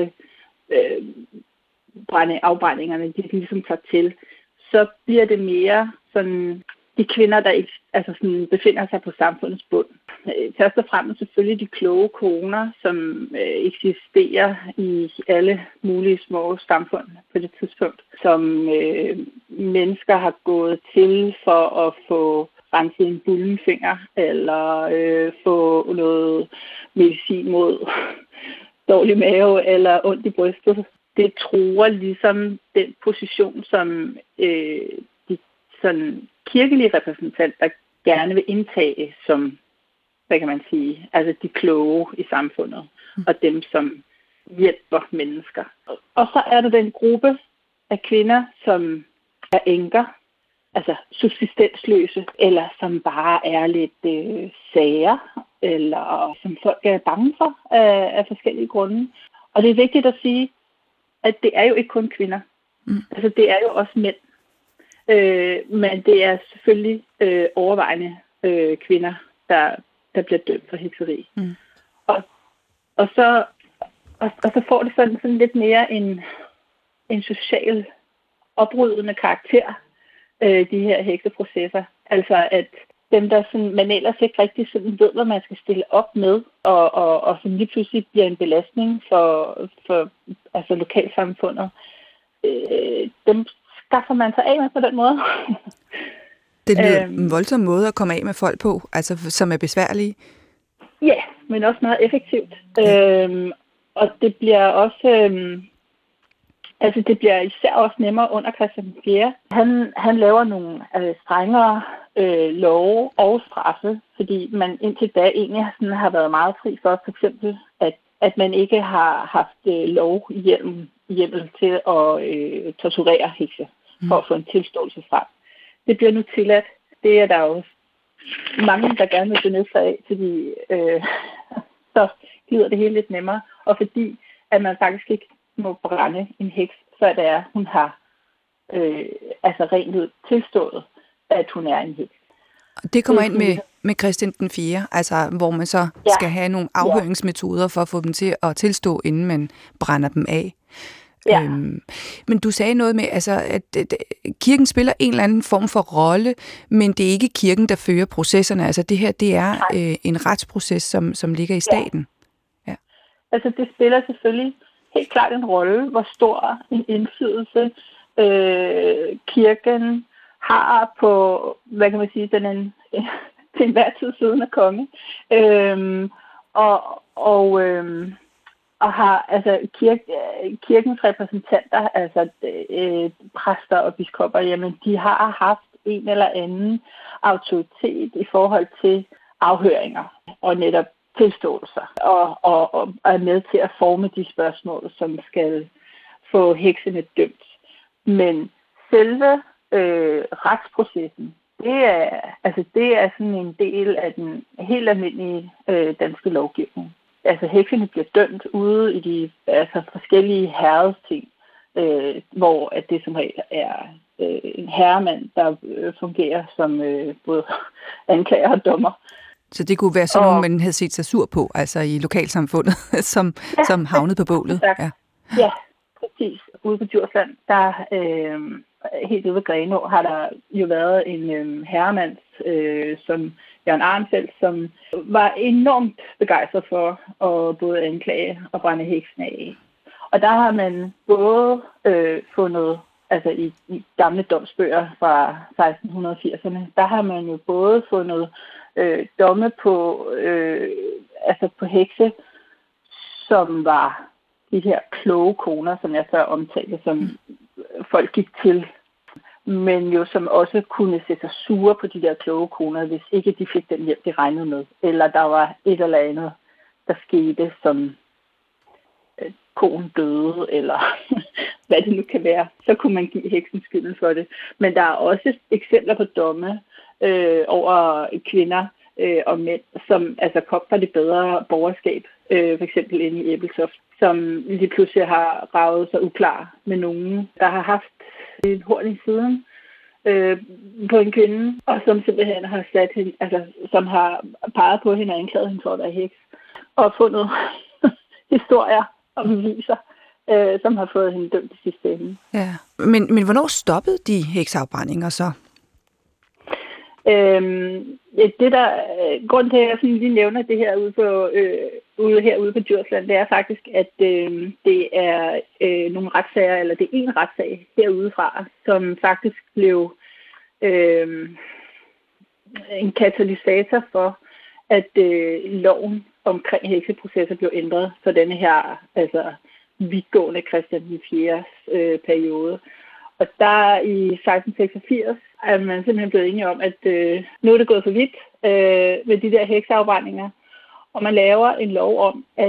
Speaker 3: afbrændingerne, de ligesom tager til, så bliver det mere sådan de kvinder, der befinder sig på samfundets bund. Først og fremmest selvfølgelig de kloge koner, som eksisterer i alle mulige små samfund på det tidspunkt, som mennesker har gået til for at få renset en bullenfinger, eller få noget medicin mod dårlig mave eller ondt i brystet. Det truer ligesom den position, som de sådan kirkelige repræsentanter gerne vil indtage som, hvad kan man sige, de kloge i samfundet, og dem, som hjælper mennesker. Og så er der den gruppe af kvinder, som er enker, subsistensløse, eller som bare er lidt sager, eller som folk er bange for af forskellige grunde. Og det er vigtigt at sige, at det er jo ikke kun kvinder. Det er jo også mænd. Men det er selvfølgelig overvejende kvinder, der bliver dømt for hekseri. Og så får det sådan lidt mere en social oprydende karakter, de her hekseprocesser. Altså at dem, der sådan, man ellers ikke rigtig sådan ved, hvad man skal stille op med, og som lige pludselig bliver en belastning for lokalsamfundet, dem skaffer man sig af med på den måde.
Speaker 1: Det lyder en voldsom måde at komme af med folk på, som er besværlige.
Speaker 3: Ja, men også meget effektivt. Og det bliver også... det bliver især også nemmere under Christian 4. Han laver nogle strengere love og straffe, fordi man indtil da egentlig sådan har været meget fri for eksempel, at man ikke har haft lov i hjelmen hjemmel til at torturere hekse for at få en tilståelse frem. Det bliver nu tilladt. Det er der jo mange, der gerne vil benytte sig af, fordi så glider det hele lidt nemmere. Og fordi, at man faktisk ikke må brænde en heks, før det er, hun har rent ud tilstået, at hun er en heks.
Speaker 1: Det kommer ind med Christian den 4., altså hvor man så skal have nogle afhøringsmetoder for at få dem til at tilstå, inden man brænder dem af.
Speaker 3: Ja.
Speaker 1: Men du sagde noget med, altså, at kirken spiller en eller anden form for rolle, men det er ikke kirken, der fører processerne. Altså det her, det er en retsproces, som ligger i staten. Ja.
Speaker 3: Altså det spiller selvfølgelig helt klart en rolle, hvor stor en indflydelse kirken har på, hvad kan man sige, den til enhver tid siddende konge. Og har altså kirkens repræsentanter, altså præster og biskopper, jamen de har haft en eller anden autoritet i forhold til afhøringer og netop tilståelser, og er med til at forme de spørgsmål, som skal få heksene dømt. Men selve retsprocessen, det er sådan en del af den helt almindelige danske lovgivning. Altså heksene bliver dømt ude i de forskellige herredsting, hvor at det som regel er en herremand, der fungerer som både anklager og dommer.
Speaker 1: Så det kunne være sådan nogen, man havde set sig sur på, altså i lokalsamfundet, som havnede på bålet.
Speaker 3: Ja, præcis. Ude på Djursland, der helt ude ved Grenaa, har der jo været en herremand, som Jørgen Arnfeldt, som var enormt begejstret for at både anklage og brænde heksen af. Og der har man både fundet, altså i gamle domsbøger fra 1680'erne, der har man jo både fundet domme på, på hekse, som var de her kloge koner, som jeg før omtalte, som folk gik til, men jo som også kunne sætte sig sure på de der kloge koner, hvis ikke de fik den hjælp, de regnede med. Eller der var et eller andet, der skete, som konen døde, eller hvad det nu kan være. Så kunne man give heksen skylden for det. Men der er også eksempler på domme over kvinder og mænd, som altså kom fra det bedre borgerskab, for eksempel inde i Ebeltoft, som lige pludselig har raget sig uklar med nogen, der har haft en horn i siden på en kvinde, og som simpelthen har sat hende, altså som har peget på hende og anklaget hende for at være heks, og fundet historier og beviser, som har fået hende dømt i sidste ende.
Speaker 1: Ja. Men hvornår stoppede de hekseafbrændinger så?
Speaker 3: Grunden til, at jeg lige nævner det her ude på Djursland, det er faktisk, at det er nogle retssager, eller det er en retssag herudefra, som faktisk blev en katalysator for, at loven omkring hekseprocesser blev ændret for denne her vidtgående Christian den 4. Periode. Og der i 1686 er man simpelthen blevet enige om, at nu er det gået for vidt med de der hekseafbrændinger, og man laver en lov om, at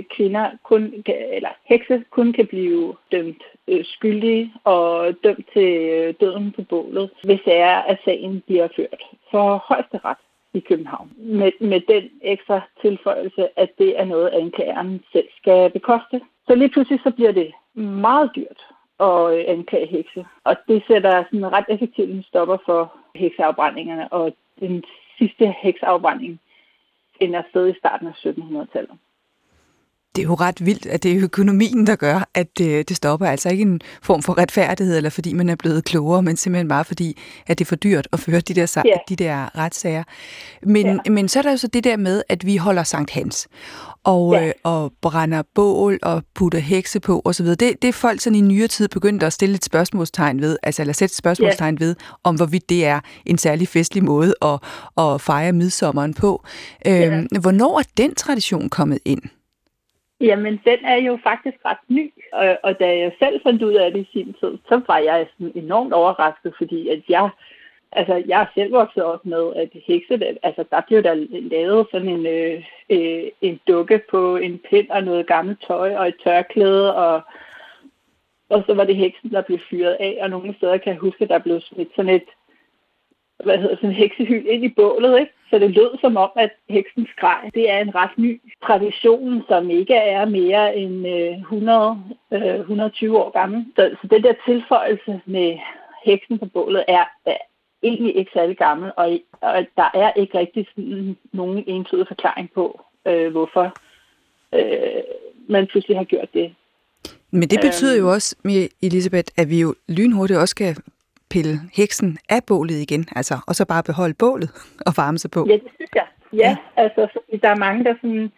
Speaker 3: hekse kun kan blive dømt skyldige og dømt til døden på bålet, hvis det er, at sagen bliver ført for Højesteret i København. Med den ekstra tilføjelse, at det er noget, anklageren selv skal bekoste. Så lige pludselig så bliver det meget dyrt at anklage hekse. Og det sætter sådan ret effektivt en stopper for hekseafbrændingerne, og den sidste hekseafbrænding finder sted i starten af 1700-tallet.
Speaker 1: Det er jo ret vildt, at det er økonomien, der gør, at det stopper. Altså ikke en form for retfærdighed, eller fordi man er blevet klogere, men simpelthen bare fordi, at det er for dyrt at føre de der retssager. Men så er der jo så det der med, at vi holder Sankt Hans, og brænder bål og putter hekse på osv. Det er folk sådan i nyere tid begyndt at stille et spørgsmålstegn ved, eller sætte et spørgsmålstegn ved, om hvorvidt det er en særlig festlig måde at fejre midsommeren på. Hvornår er den tradition kommet ind?
Speaker 3: Jamen, den er jo faktisk ret ny, og da jeg selv fandt ud af det i sin tid, så var jeg sådan enormt overrasket, fordi at jeg er selv vokset op med, at hekse, der blev der lavet sådan en dukke på en pind og noget gammelt tøj og et tørklæde, og og så var det heksen, der blev fyret af, og nogle steder kan jeg huske, at der blev smidt sådan et heksehyld ind i bålet, ikke? Så det lød som om, at heksen skreg. Det er en ret ny tradition, som ikke er mere end 120 år gammel. Så den der tilføjelse med heksen på bålet er egentlig ikke særlig gammel, og der er ikke rigtig sådan nogen entydig forklaring på, hvorfor man pludselig har gjort det.
Speaker 1: Men det betyder jo også, Elisabeth, at vi jo lynhurtigt også skal pille heksen af bålet igen, altså, og så bare beholde bålet og varme sig på.
Speaker 3: Ja, det synes jeg. Ja. Altså, der er mange, der sådan...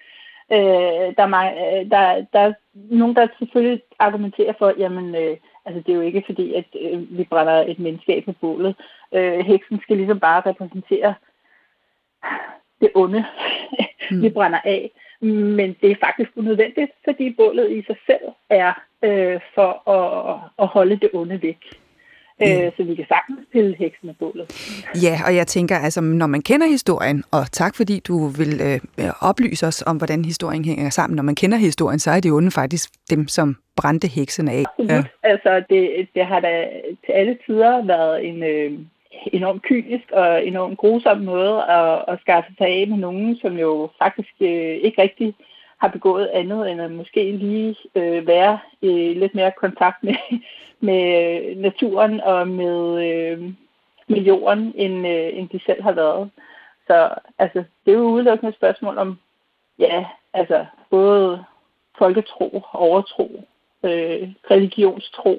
Speaker 3: Der er nogen, der selvfølgelig argumenterer for, jamen, altså det er jo ikke fordi, at vi brænder et menneske af på bålet. Heksen skal ligesom bare repræsentere det onde, vi brænder af. Men det er faktisk unødvendigt, fordi bålet i sig selv er for at holde det onde væk. Så vi kan sagtens pille heksen af bålet.
Speaker 1: Ja, og jeg tænker, altså, når man kender historien, og tak fordi du vil oplyse os om, hvordan historien hænger sammen. Når man kender historien, så er det onde faktisk dem, som brændte heksen af.
Speaker 3: Absolut. Ja. Altså, det har da til alle tider været en enormt kynisk og enormt grusom måde at skaffe sig af med nogen, som jo faktisk ikke rigtig har begået andet, end at måske lige være i lidt mere kontakt med naturen og med jorden, end de selv har været. Så altså, det er jo udelukkende et spørgsmål om, ja, altså både folketro, overtro, religionstro,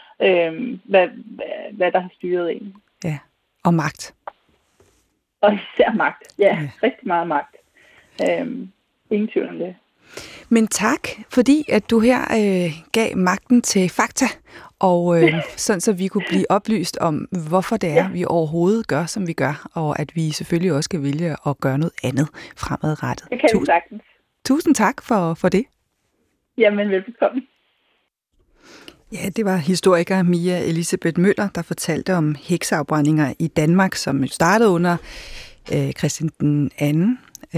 Speaker 3: hvad der har styret en.
Speaker 1: Ja, og magt.
Speaker 3: Og især magt, ja. Rigtig meget magt. Ingen tvivl om det.
Speaker 1: Men tak, fordi at du her gav magten til fakta, og sådan så vi kunne blive oplyst om, hvorfor det er, vi overhovedet gør, som vi gør, og at vi selvfølgelig også skal vælge at gøre noget andet fremadrettet.
Speaker 3: Det kan vi sagtens.
Speaker 1: Tusind tak for det.
Speaker 3: Jamen, velbekomme.
Speaker 1: Ja, det var historiker Mia Elisabeth Møller, der fortalte om hekseafbrændinger i Danmark, som startede under Christian den anden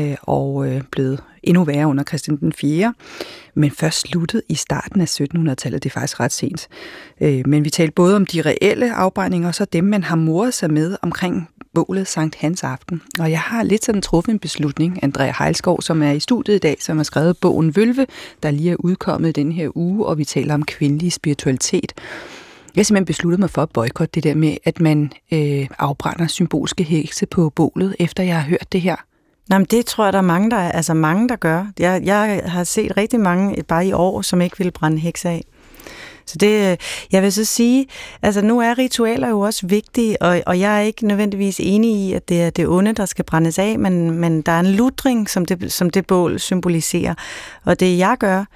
Speaker 1: og blev endnu værre under Christian den 4., men først sluttede i starten af 1700-tallet. Det er faktisk ret sent. Men vi talte både om de reelle afbrændinger, og så dem, man har moret sig med omkring bålet Sankt Hans aften. Og jeg har lidt sådan truffet en beslutning. Andrea Heilskov, som er i studiet i dag, som har skrevet bogen Vølve, der lige er udkommet den her uge, og vi taler om kvindelig spiritualitet. Jeg har simpelthen besluttet mig for at boykotte det der med, at man afbrænder symbolske hekse på bålet, efter jeg har hørt det her.
Speaker 2: Nå, men det tror jeg, der er mange, der gør. Jeg har set rigtig mange, bare i år, som ikke vil brænde hekse af. Så det, jeg vil så sige, altså nu er ritualer jo også vigtige, og jeg er ikke nødvendigvis enig i, at det er det onde, der skal brændes af, men der er en lutring, som det bål symboliserer. Og det jeg gør,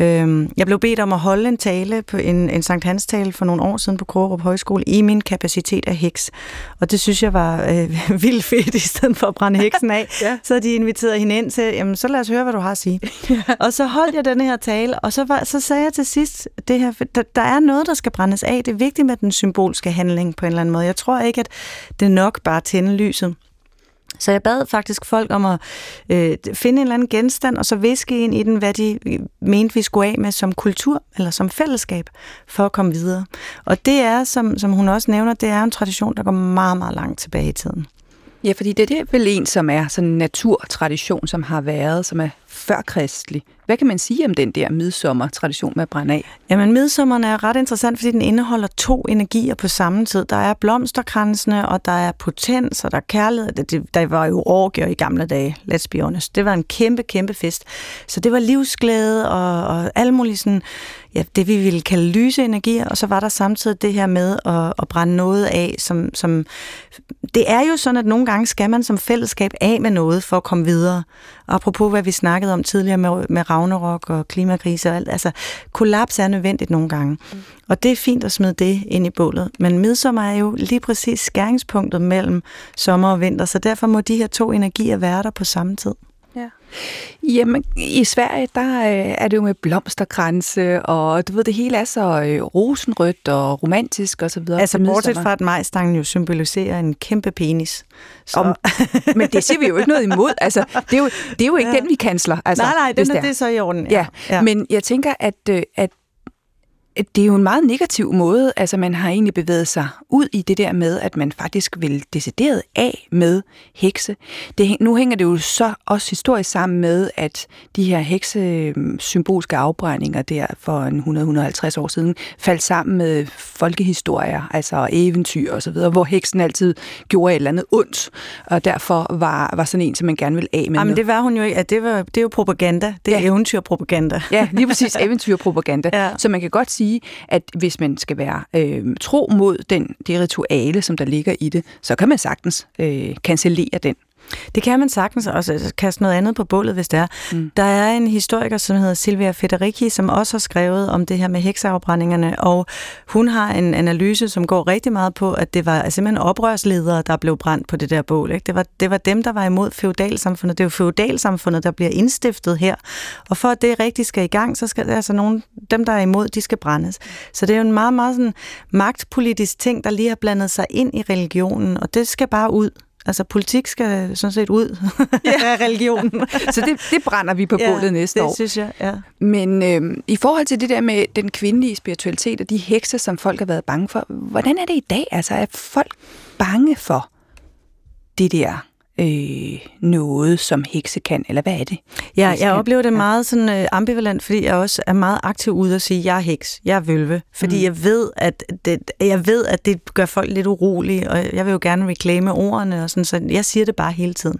Speaker 2: jeg blev bedt om at holde en tale, en Sankt Hans tale for nogle år siden på Krogerup Højskole i min kapacitet af heks. Og det synes jeg var vildt fedt, i stedet for at brænde heksen af. Ja. Så de inviterede hende ind til, jamen så lad os høre, hvad du har at sige. Ja. Og så holdt jeg denne her tale, og så sagde jeg til sidst, det her, der er noget, der skal brændes af. Det er vigtigt med den symbolske handling på en eller anden måde. Jeg tror ikke, at det er nok bare at tænde lyset. Så jeg bad faktisk folk om at finde en eller anden genstand, og så viske ind i den, hvad de mente, vi skulle af med som kultur, eller som fællesskab, for at komme videre. Og det er, som hun også nævner, det er en tradition, der går meget, meget langt tilbage i tiden.
Speaker 1: Ja, fordi det er vel en, som er sådan en naturtradition, som har været, som er førkristelig. Hvad kan man sige om den der midsommertradition med at brænde af?
Speaker 2: Jamen, midsommeren er ret interessant, fordi den indeholder 2 energier på samme tid. Der er blomsterkransene, og der er potens, og der er kærlighed. Der var jo orgier i gamle dage, let's be honest. Det var en kæmpe, kæmpe fest. Så det var livsglæde og alle mulige sådan, ja, det vi ville kalde lyse energier, og så var der samtidig det her med at brænde noget af, som det er jo sådan, at nogle gange skal man som fællesskab af med noget for at komme videre. Apropos hvad vi snakkede om tidligere med Ragnarok og klimakrise og alt, altså kollaps er nødvendigt nogle gange. Og det er fint at smide det ind i bålet. Men midsommer er jo lige præcis skæringspunktet mellem sommer og vinter, så derfor må de her 2 energier være der på samme tid.
Speaker 1: Ja. Jamen, i Sverige, der er det jo med blomsterkranse, og du ved, det hele er så rosenrødt og romantisk og så videre.
Speaker 2: Altså, bortset fra, at majstangen jo symboliserer en kæmpe penis.
Speaker 1: Men det siger vi jo ikke noget imod. Altså, det er jo ikke den, vi kansler. Altså,
Speaker 2: nej, det er så i orden.
Speaker 1: Ja. Men jeg tænker, at det er jo en meget negativ måde. Altså, man har egentlig bevæget sig ud i det der med, at man faktisk vil decideret af med hekse. Nu hænger det jo så også historisk sammen med, at de her heksesymbolske afbrændinger der for 100-150 år siden faldt sammen med folkehistorier, altså eventyr og så videre, hvor heksen altid gjorde et eller andet ondt, og derfor var sådan en, som man gerne vil af med.
Speaker 2: Jamen, det var hun jo ikke. Det er jo propaganda. Det er eventyrpropaganda.
Speaker 1: Ja, lige præcis eventyrpropaganda. Ja. Så man kan godt sige, at hvis man skal være tro mod det rituale, som der ligger i det, så kan man sagtens cancellere den.
Speaker 2: Det kan man sagtens også kaste noget andet på bålet, hvis det er. Der er en historiker, som hedder Silvia Federici, som også har skrevet om det her med hekseafbrændingerne, og hun har en analyse, som går rigtig meget på, at det var simpelthen oprørsledere, der blev brændt på det der bål. Ikke? Det var dem, der var imod feudalsamfundet. Det er jo feudalsamfundet, der bliver indstiftet her. Og for at det rigtig skal i gang, så skal altså dem, der er imod, de skal brændes. Så det er jo en meget, meget sådan magtpolitisk ting, der lige har blandet sig ind i religionen, og det skal bare ud. Altså, politik skal sådan set ud af religionen.
Speaker 1: Så det brænder vi på bålet næste år.
Speaker 2: Det synes jeg, ja.
Speaker 1: Men i forhold til det der med den kvindelige spiritualitet og de hekse, som folk har været bange for, hvordan er det i dag? Altså, er folk bange for det der noget, som hekse kan, eller hvad er det?
Speaker 2: Ja, jeg oplever det meget sådan ambivalent, fordi jeg også er meget aktiv ude og sige, jeg er heks, jeg er vølve, fordi jeg ved, at det gør folk lidt urolige, og jeg vil jo gerne reklame ordene, og sådan, så jeg siger det bare hele tiden.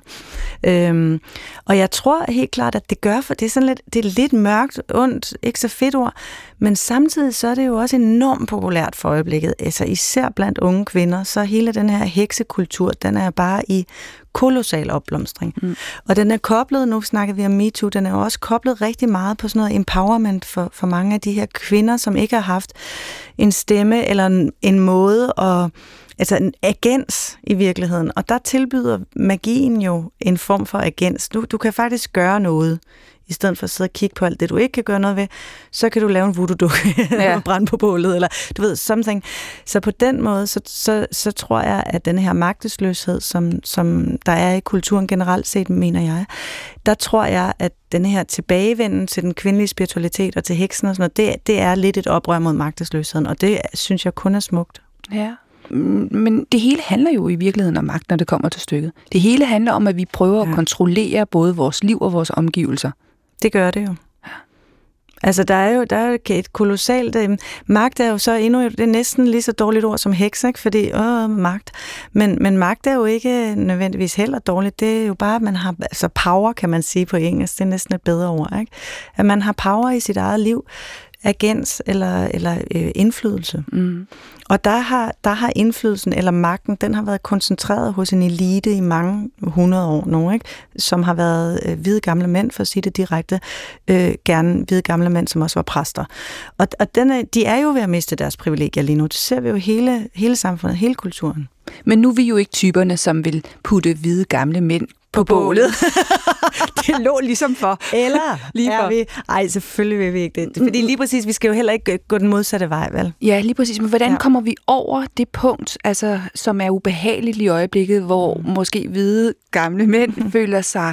Speaker 2: Og jeg tror helt klart, at det gør, for det er sådan lidt, det er lidt mørkt, ondt, ikke så fedt ord, men samtidig så er det jo også enormt populært for øjeblikket, altså især blandt unge kvinder, så hele den her heksekultur, den er bare i kolossal opblomstring. Og den er koblet, nu snakker vi om MeToo, den er jo også koblet rigtig meget på sådan noget empowerment for mange af de her kvinder, som ikke har haft en stemme eller en måde altså en agens i virkeligheden. Og der tilbyder magien jo en form for agens. Du kan faktisk gøre noget, i stedet for at sidde og kigge på alt det, du ikke kan gøre noget ved, så kan du lave en voodoo-dukke og brænde på bålet, eller du ved, something. Så på den måde, så tror jeg, at den her magtesløshed, som der er i kulturen generelt set, mener jeg, der tror jeg, at den her tilbagevenden til den kvindelige spiritualitet og til heksen og sådan noget, det er lidt et oprør mod magtesløsheden, og det synes jeg kun er smukt.
Speaker 1: Ja. Men det hele handler jo i virkeligheden om magt, når det kommer til stykket. Det hele handler om, at vi prøver at kontrollere både vores liv og vores omgivelser.
Speaker 2: Det gør det jo. Altså, der er jo et kolossalt... magt er jo så det er næsten lige så dårligt ord som heks, ikke? Fordi, magt. Men magt er jo ikke nødvendigvis heller dårligt. Det er jo bare, at man har... Altså, power, kan man sige på engelsk. Det er næsten et bedre ord, ikke? At man har power i sit eget liv. Agens eller indflydelse. Og der har indflydelsen eller magten, den har været koncentreret hos en elite i mange 100 år nu, ikke? Som har været hvide gamle mænd, for at sige det direkte, gerne hvide gamle mænd, som også var præster. Og de er jo ved at miste deres privilegier lige nu. Det ser vi jo hele samfundet, hele kulturen.
Speaker 1: Men nu er vi jo ikke typerne, som vil putte hvide gamle mænd på bålet. Det lå ligesom for.
Speaker 2: Eller lige for. Vi? Ej, selvfølgelig vil vi ikke det. Fordi lige præcis, vi skal jo heller ikke gå den modsatte vej, vel?
Speaker 1: Ja, lige præcis. Men hvordan kommer vi over det punkt, altså, som er ubehageligt i øjeblikket, hvor måske hvide gamle mænd føler sig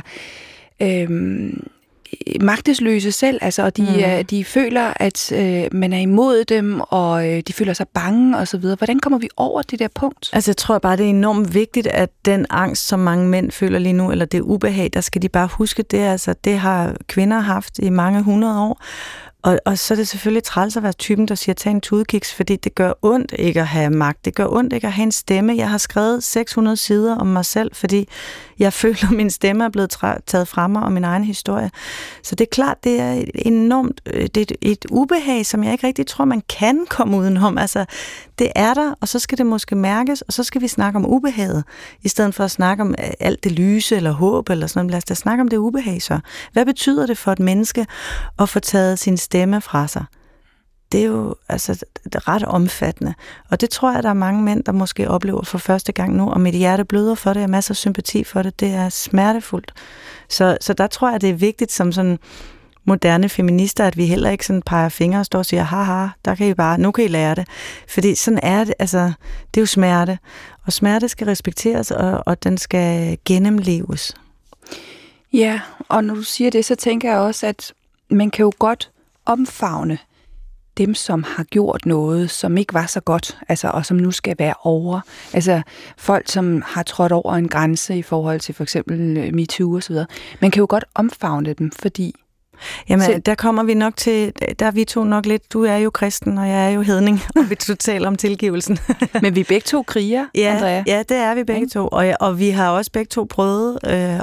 Speaker 1: magtesløse selv, altså, og de føler, at man er imod dem, og de føler sig bange og så videre. Hvordan kommer vi over det der punkt?
Speaker 2: Altså, jeg tror bare, det er enormt vigtigt, at den angst, som mange mænd føler lige nu, eller det ubehag, der skal de bare huske det. Altså, det har kvinder haft i mange 100 år. Og så er det selvfølgelig træls at være typen, der siger, tag en tudekiks, fordi det gør ondt ikke at have magt. Det gør ondt ikke at have en stemme. Jeg har skrevet 600 sider om mig selv, fordi jeg føler, at min stemme er blevet taget fra mig og min egen historie. Så det er klart, det er enormt, det er et ubehag, som jeg ikke rigtig tror, man kan komme udenom. Altså, det er der, og så skal det måske mærkes, og så skal vi snakke om ubehaget, i stedet for at snakke om alt det lyse eller håb eller sådan noget. Lad os da snakke om det ubehag så. Hvad betyder det for et menneske at få taget sin stemme fra sig? Det er jo altså ret omfattende. Og det tror jeg, der er mange mænd, der måske oplever for første gang nu, og mit hjerte bløder for det, og masser af sympati for det. Det er smertefuldt. Så der tror jeg, det er vigtigt som sådan moderne feminister, at vi heller ikke sådan peger fingre og står og siger, haha, der kan I bare, nu kan I lære det. Fordi sådan er det, altså, det er jo smerte. Og smerte skal respekteres, og den skal gennemleves.
Speaker 1: Ja, og når du siger det, så tænker jeg også, at man kan jo godt omfavne dem, som har gjort noget, som ikke var så godt, altså, og som nu skal være over. Altså folk, som har trådt over en grænse i forhold til for eksempel MeToo og så videre. Man kan jo godt omfavne dem, fordi...
Speaker 2: Jamen, der kommer vi nok til, der er vi to nok lidt, du er jo kristen, og jeg er jo hedning, og vi taler om tilgivelsen.
Speaker 1: Men vi er begge to kriger, Andrea.
Speaker 2: Ja, det er vi begge to, og vi har også begge to prøvet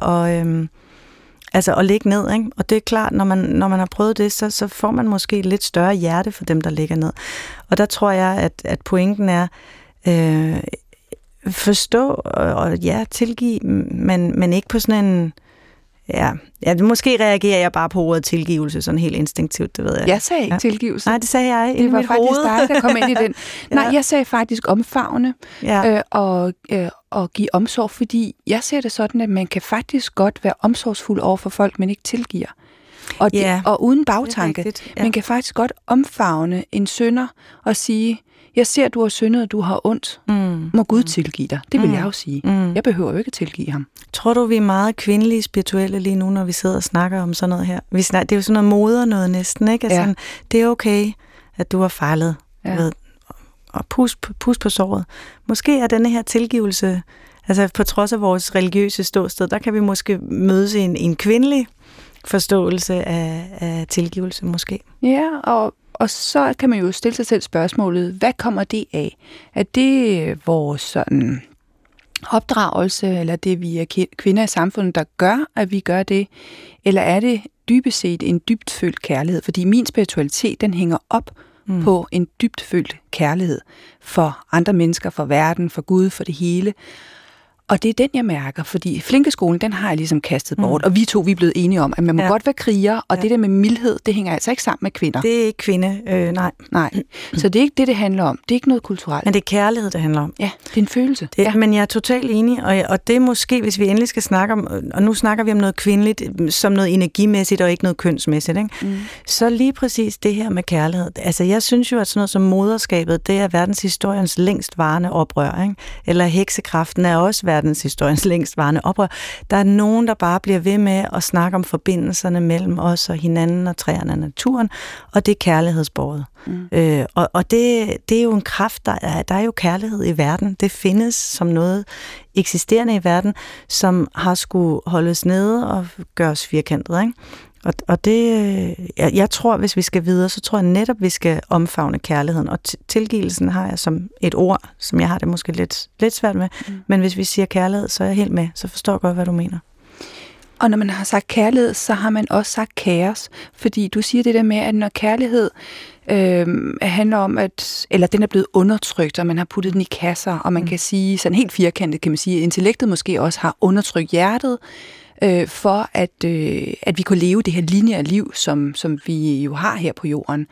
Speaker 2: at ligge ned, ikke? Og det er klart, når man har prøvet det, så får man måske lidt større hjerte for dem, der ligger ned. Og der tror jeg, at pointen er forstå og tilgive, men ikke på sådan en... Ja, måske reagerer jeg bare på ordet tilgivelse, sådan helt instinktivt, det ved jeg.
Speaker 1: Jeg sagde ikke tilgivelse.
Speaker 2: Nej, det sagde jeg
Speaker 1: i mit hoved. Det var faktisk dig, der kom ind i den. Nej, jeg sagde faktisk omfavne og give omsorg, fordi jeg ser det sådan, at man kan faktisk godt være omsorgsfuld over for folk, man ikke tilgiver. Og uden bagtanke. Man kan faktisk godt omfavne en synder og sige... Jeg ser, at du har syndet, og du har ondt. Må Gud tilgive dig. Det vil jeg jo sige. Jeg behøver jo ikke at tilgive ham.
Speaker 2: Tror du, vi er meget kvindelige spirituelle lige nu, når vi sidder og snakker om sådan noget her? Det er jo sådan noget moder noget næsten, ikke? Altså, det er okay, at du har fejlet. Og pus på såret. Måske er denne her tilgivelse, altså på trods af vores religiøse ståsted, der kan vi måske mødes i en kvindelig forståelse af tilgivelse måske.
Speaker 1: Ja, og så kan man jo stille sig selv spørgsmålet, hvad kommer det af? Er det vores sådan opdragelse, eller det vi er kvinder i samfundet, der gør, at vi gør det? Eller er det dybest set en dybtfølt kærlighed? Fordi min spiritualitet, den hænger op på en dybtfølt kærlighed for andre mennesker, for verden, for Gud, for det hele. Og det er den, jeg mærker, fordi Flinkeskolen, den har jeg ligesom kastet bort, og vi er blevet enige om, at man må godt være kriger, og det der med mildhed, det hænger altså ikke sammen med kvinder.
Speaker 2: Det er ikke kvinde, nej.
Speaker 1: Så det er ikke det handler om. Det er ikke noget kulturelt.
Speaker 2: Men det er kærlighed, det handler om.
Speaker 1: Ja, det er en følelse.
Speaker 2: Men jeg er totalt enig, og det er måske, hvis vi endelig skal snakke om, og nu snakker vi om noget kvindeligt, som noget energimæssigt, og ikke noget kønsmæssigt, ikke? Så lige præcis det her med kærlighed. Altså, jeg synes jo, at sådan noget som moderskabet, det er verdenshistoriens længst varende oprør, ikke? Eller heksekraften er også verdenshistoriens længstvarende oprør. Der er nogen, der bare bliver ved med at snakke om forbindelserne mellem os og hinanden og træerne og naturen, og det er kærlighedsbåret. Og det er jo en kraft, der er jo kærlighed i verden. Det findes som noget eksisterende i verden, som har skulle holdes nede og gøres firkantet, ikke? Og det, jeg tror, hvis vi skal videre, så tror jeg netop, vi skal omfavne kærligheden. Og tilgivelsen har jeg som et ord, som jeg har det måske lidt svært med. Men hvis vi siger kærlighed, så er jeg helt med. Så forstår jeg godt, hvad du mener.
Speaker 1: Og når man har sagt kærlighed, så har man også sagt kaos. Fordi du siger det der med, at når kærlighed handler om, eller den er blevet undertrykt, og man har puttet den i kasser, og man kan sige, sådan helt firkantet kan man sige, at intellektet måske også har undertrykt hjertet, for at vi kunne leve det her lineære liv, som vi jo har her på jorden.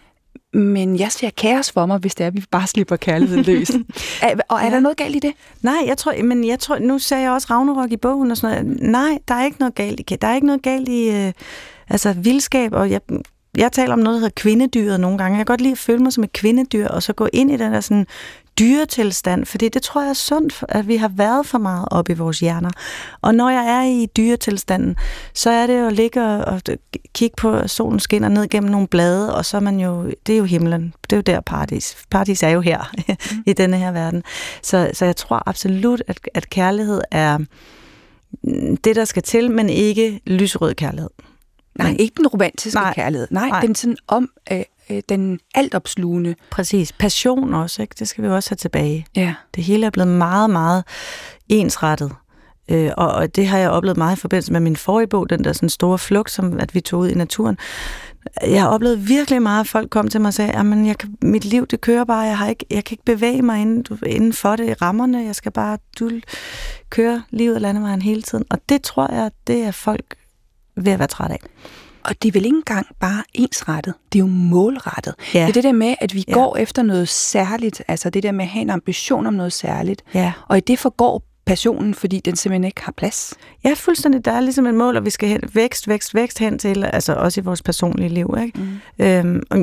Speaker 1: Men jeg ser kaos for mig, hvis det er, at vi bare slipper kærligheden løs. Og er der noget galt i det?
Speaker 2: Nej, jeg tror, nu sagde jeg også Ragnarok i bogen og sådan noget. Nej, der er ikke noget galt i. Der er ikke noget galt i vildskab, og jeg taler om noget, der hedder kvindedyret nogle gange. Jeg kan godt lide at føle mig som et kvindedyr, og så gå ind i den der sådan dyretilstand, fordi det tror jeg er sundt, at vi har været for meget op i vores hjerner. Og når jeg er i dyretilstanden, så er det jo at ligge og kigge på solen skinner ned gennem nogle blade, og så er man jo, det er jo himlen. Det er jo der paradis. Paradis er jo her, i denne her verden. Så jeg tror absolut, at kærlighed er det, der skal til, men ikke lyserød kærlighed.
Speaker 1: Nej, ikke den romantiske kærlighed. Nej, den sådan den altopslugende.
Speaker 2: Præcis. Passion også, ikke? Det skal vi også have tilbage.
Speaker 1: Ja.
Speaker 2: Det hele er blevet meget, meget ensrettet. Og det har jeg oplevet meget i forbindelse med min forrige bog, den der sådan store flugt, som at vi tog ud i naturen. Jeg har oplevet virkelig meget, at folk kom til mig og sagde, at mit liv, det kører bare, jeg kan ikke bevæge mig inden for det i rammerne, jeg skal bare køre livet og landevejen hele tiden. Og det tror jeg, det er folk ved at være træt af.
Speaker 1: Og det er vel ikke engang bare ensrettet, det er jo målrettet. Ja. Det er det der med, at vi går efter noget særligt, altså det der med at have en ambition om noget særligt, og i det forgår passionen, fordi den simpelthen ikke har plads.
Speaker 2: Ja, fuldstændig. Der er ligesom et mål, og vi skal vækst hen til, altså også i vores personlige liv, ikke?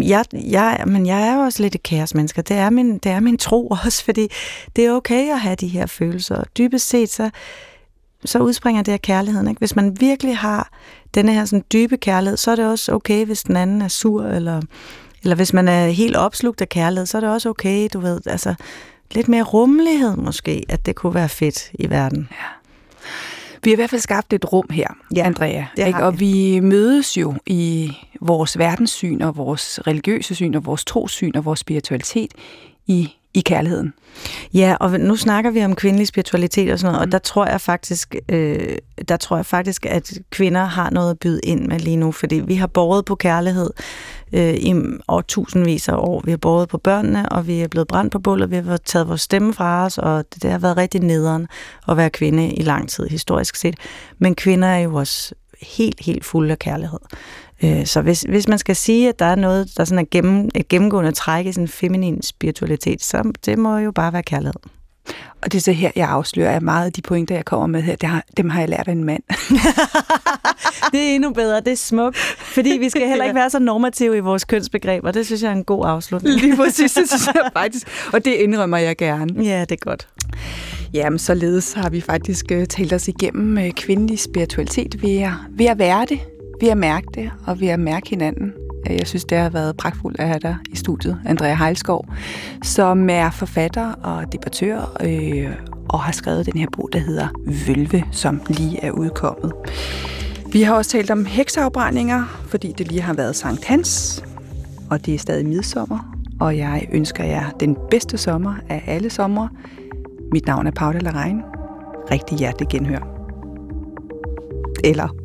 Speaker 2: Men jeg er jo også lidt et kaosmenneske. Det er min tro også, fordi det er okay at have de her følelser. Og dybest set, så udspringer det af kærligheden, ikke? Hvis man virkelig har denne her sådan dybe kærlighed, så er det også okay, hvis den anden er sur, eller Eller hvis man er helt opslugt af kærlighed, så er det også okay, du ved. Altså, lidt mere rummelighed måske, at det kunne være fedt i verden. Ja.
Speaker 1: Vi har i hvert fald skabt et rum her, Andrea. Ikke? Og vi mødes jo i vores verdenssyn og vores religiøse syn og vores trosyn og vores spiritualitet i kærligheden.
Speaker 2: Ja, og nu snakker vi om kvindelig spiritualitet og sådan noget, og der tror jeg faktisk, at kvinder har noget at byde ind med lige nu, fordi vi har båret på kærlighed i tusindvis af år. Vi har båret på børnene, og vi er blevet brændt på bålet, vi har taget vores stemme fra os, og det har været rigtig nederen at være kvinde i lang tid, historisk set. Men kvinder er jo også helt fulde af kærlighed. Så hvis man skal sige, at der er noget, der sådan er et gennemgående træk i sådan en feminin spiritualitet, så det må jo bare være kærlighed.
Speaker 1: Og det er så her, jeg afslører, at meget af de pointer, jeg kommer med her, dem har jeg lært af en mand.
Speaker 2: Det er endnu bedre, det er smukt, fordi vi skal heller ikke være så normative i vores kønsbegreber. Det synes jeg er en god afslutning.
Speaker 1: Lige præcis, det synes jeg faktisk, og det indrømmer jeg gerne.
Speaker 2: Ja, det er godt.
Speaker 1: Jamen, således har vi faktisk talt os igennem kvindelig spiritualitet ved at være det, ved at mærke det, og ved at mærke hinanden. Jeg synes, det har været pragtfuldt at have dig i studiet, Andrea Heilskov, som er forfatter og debattør og har skrevet den her bog, der hedder Vølve, som lige er udkommet. Vi har også talt om hekseafbrændinger, fordi det lige har været Sankt Hans, og det er stadig midsommer, og jeg ønsker jer den bedste sommer af alle sommer. Mit navn er Paula Larraín. Rigtig hjertelig genhør. Eller...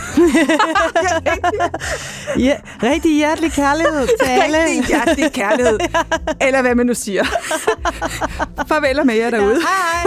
Speaker 2: Ja, rigtig hjertelig kærlighed til alle.
Speaker 1: Rigtig hjertelig kærlighed. Eller hvad man nu siger. Farvel med jer derude.
Speaker 2: Hej.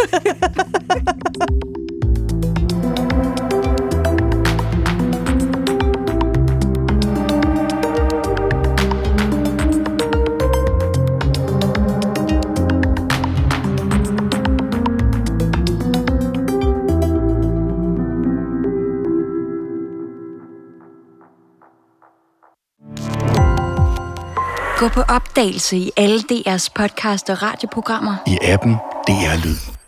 Speaker 4: Gå på opdagelse i alle DR's podcast og radioprogrammer.
Speaker 5: I appen DR Lyd.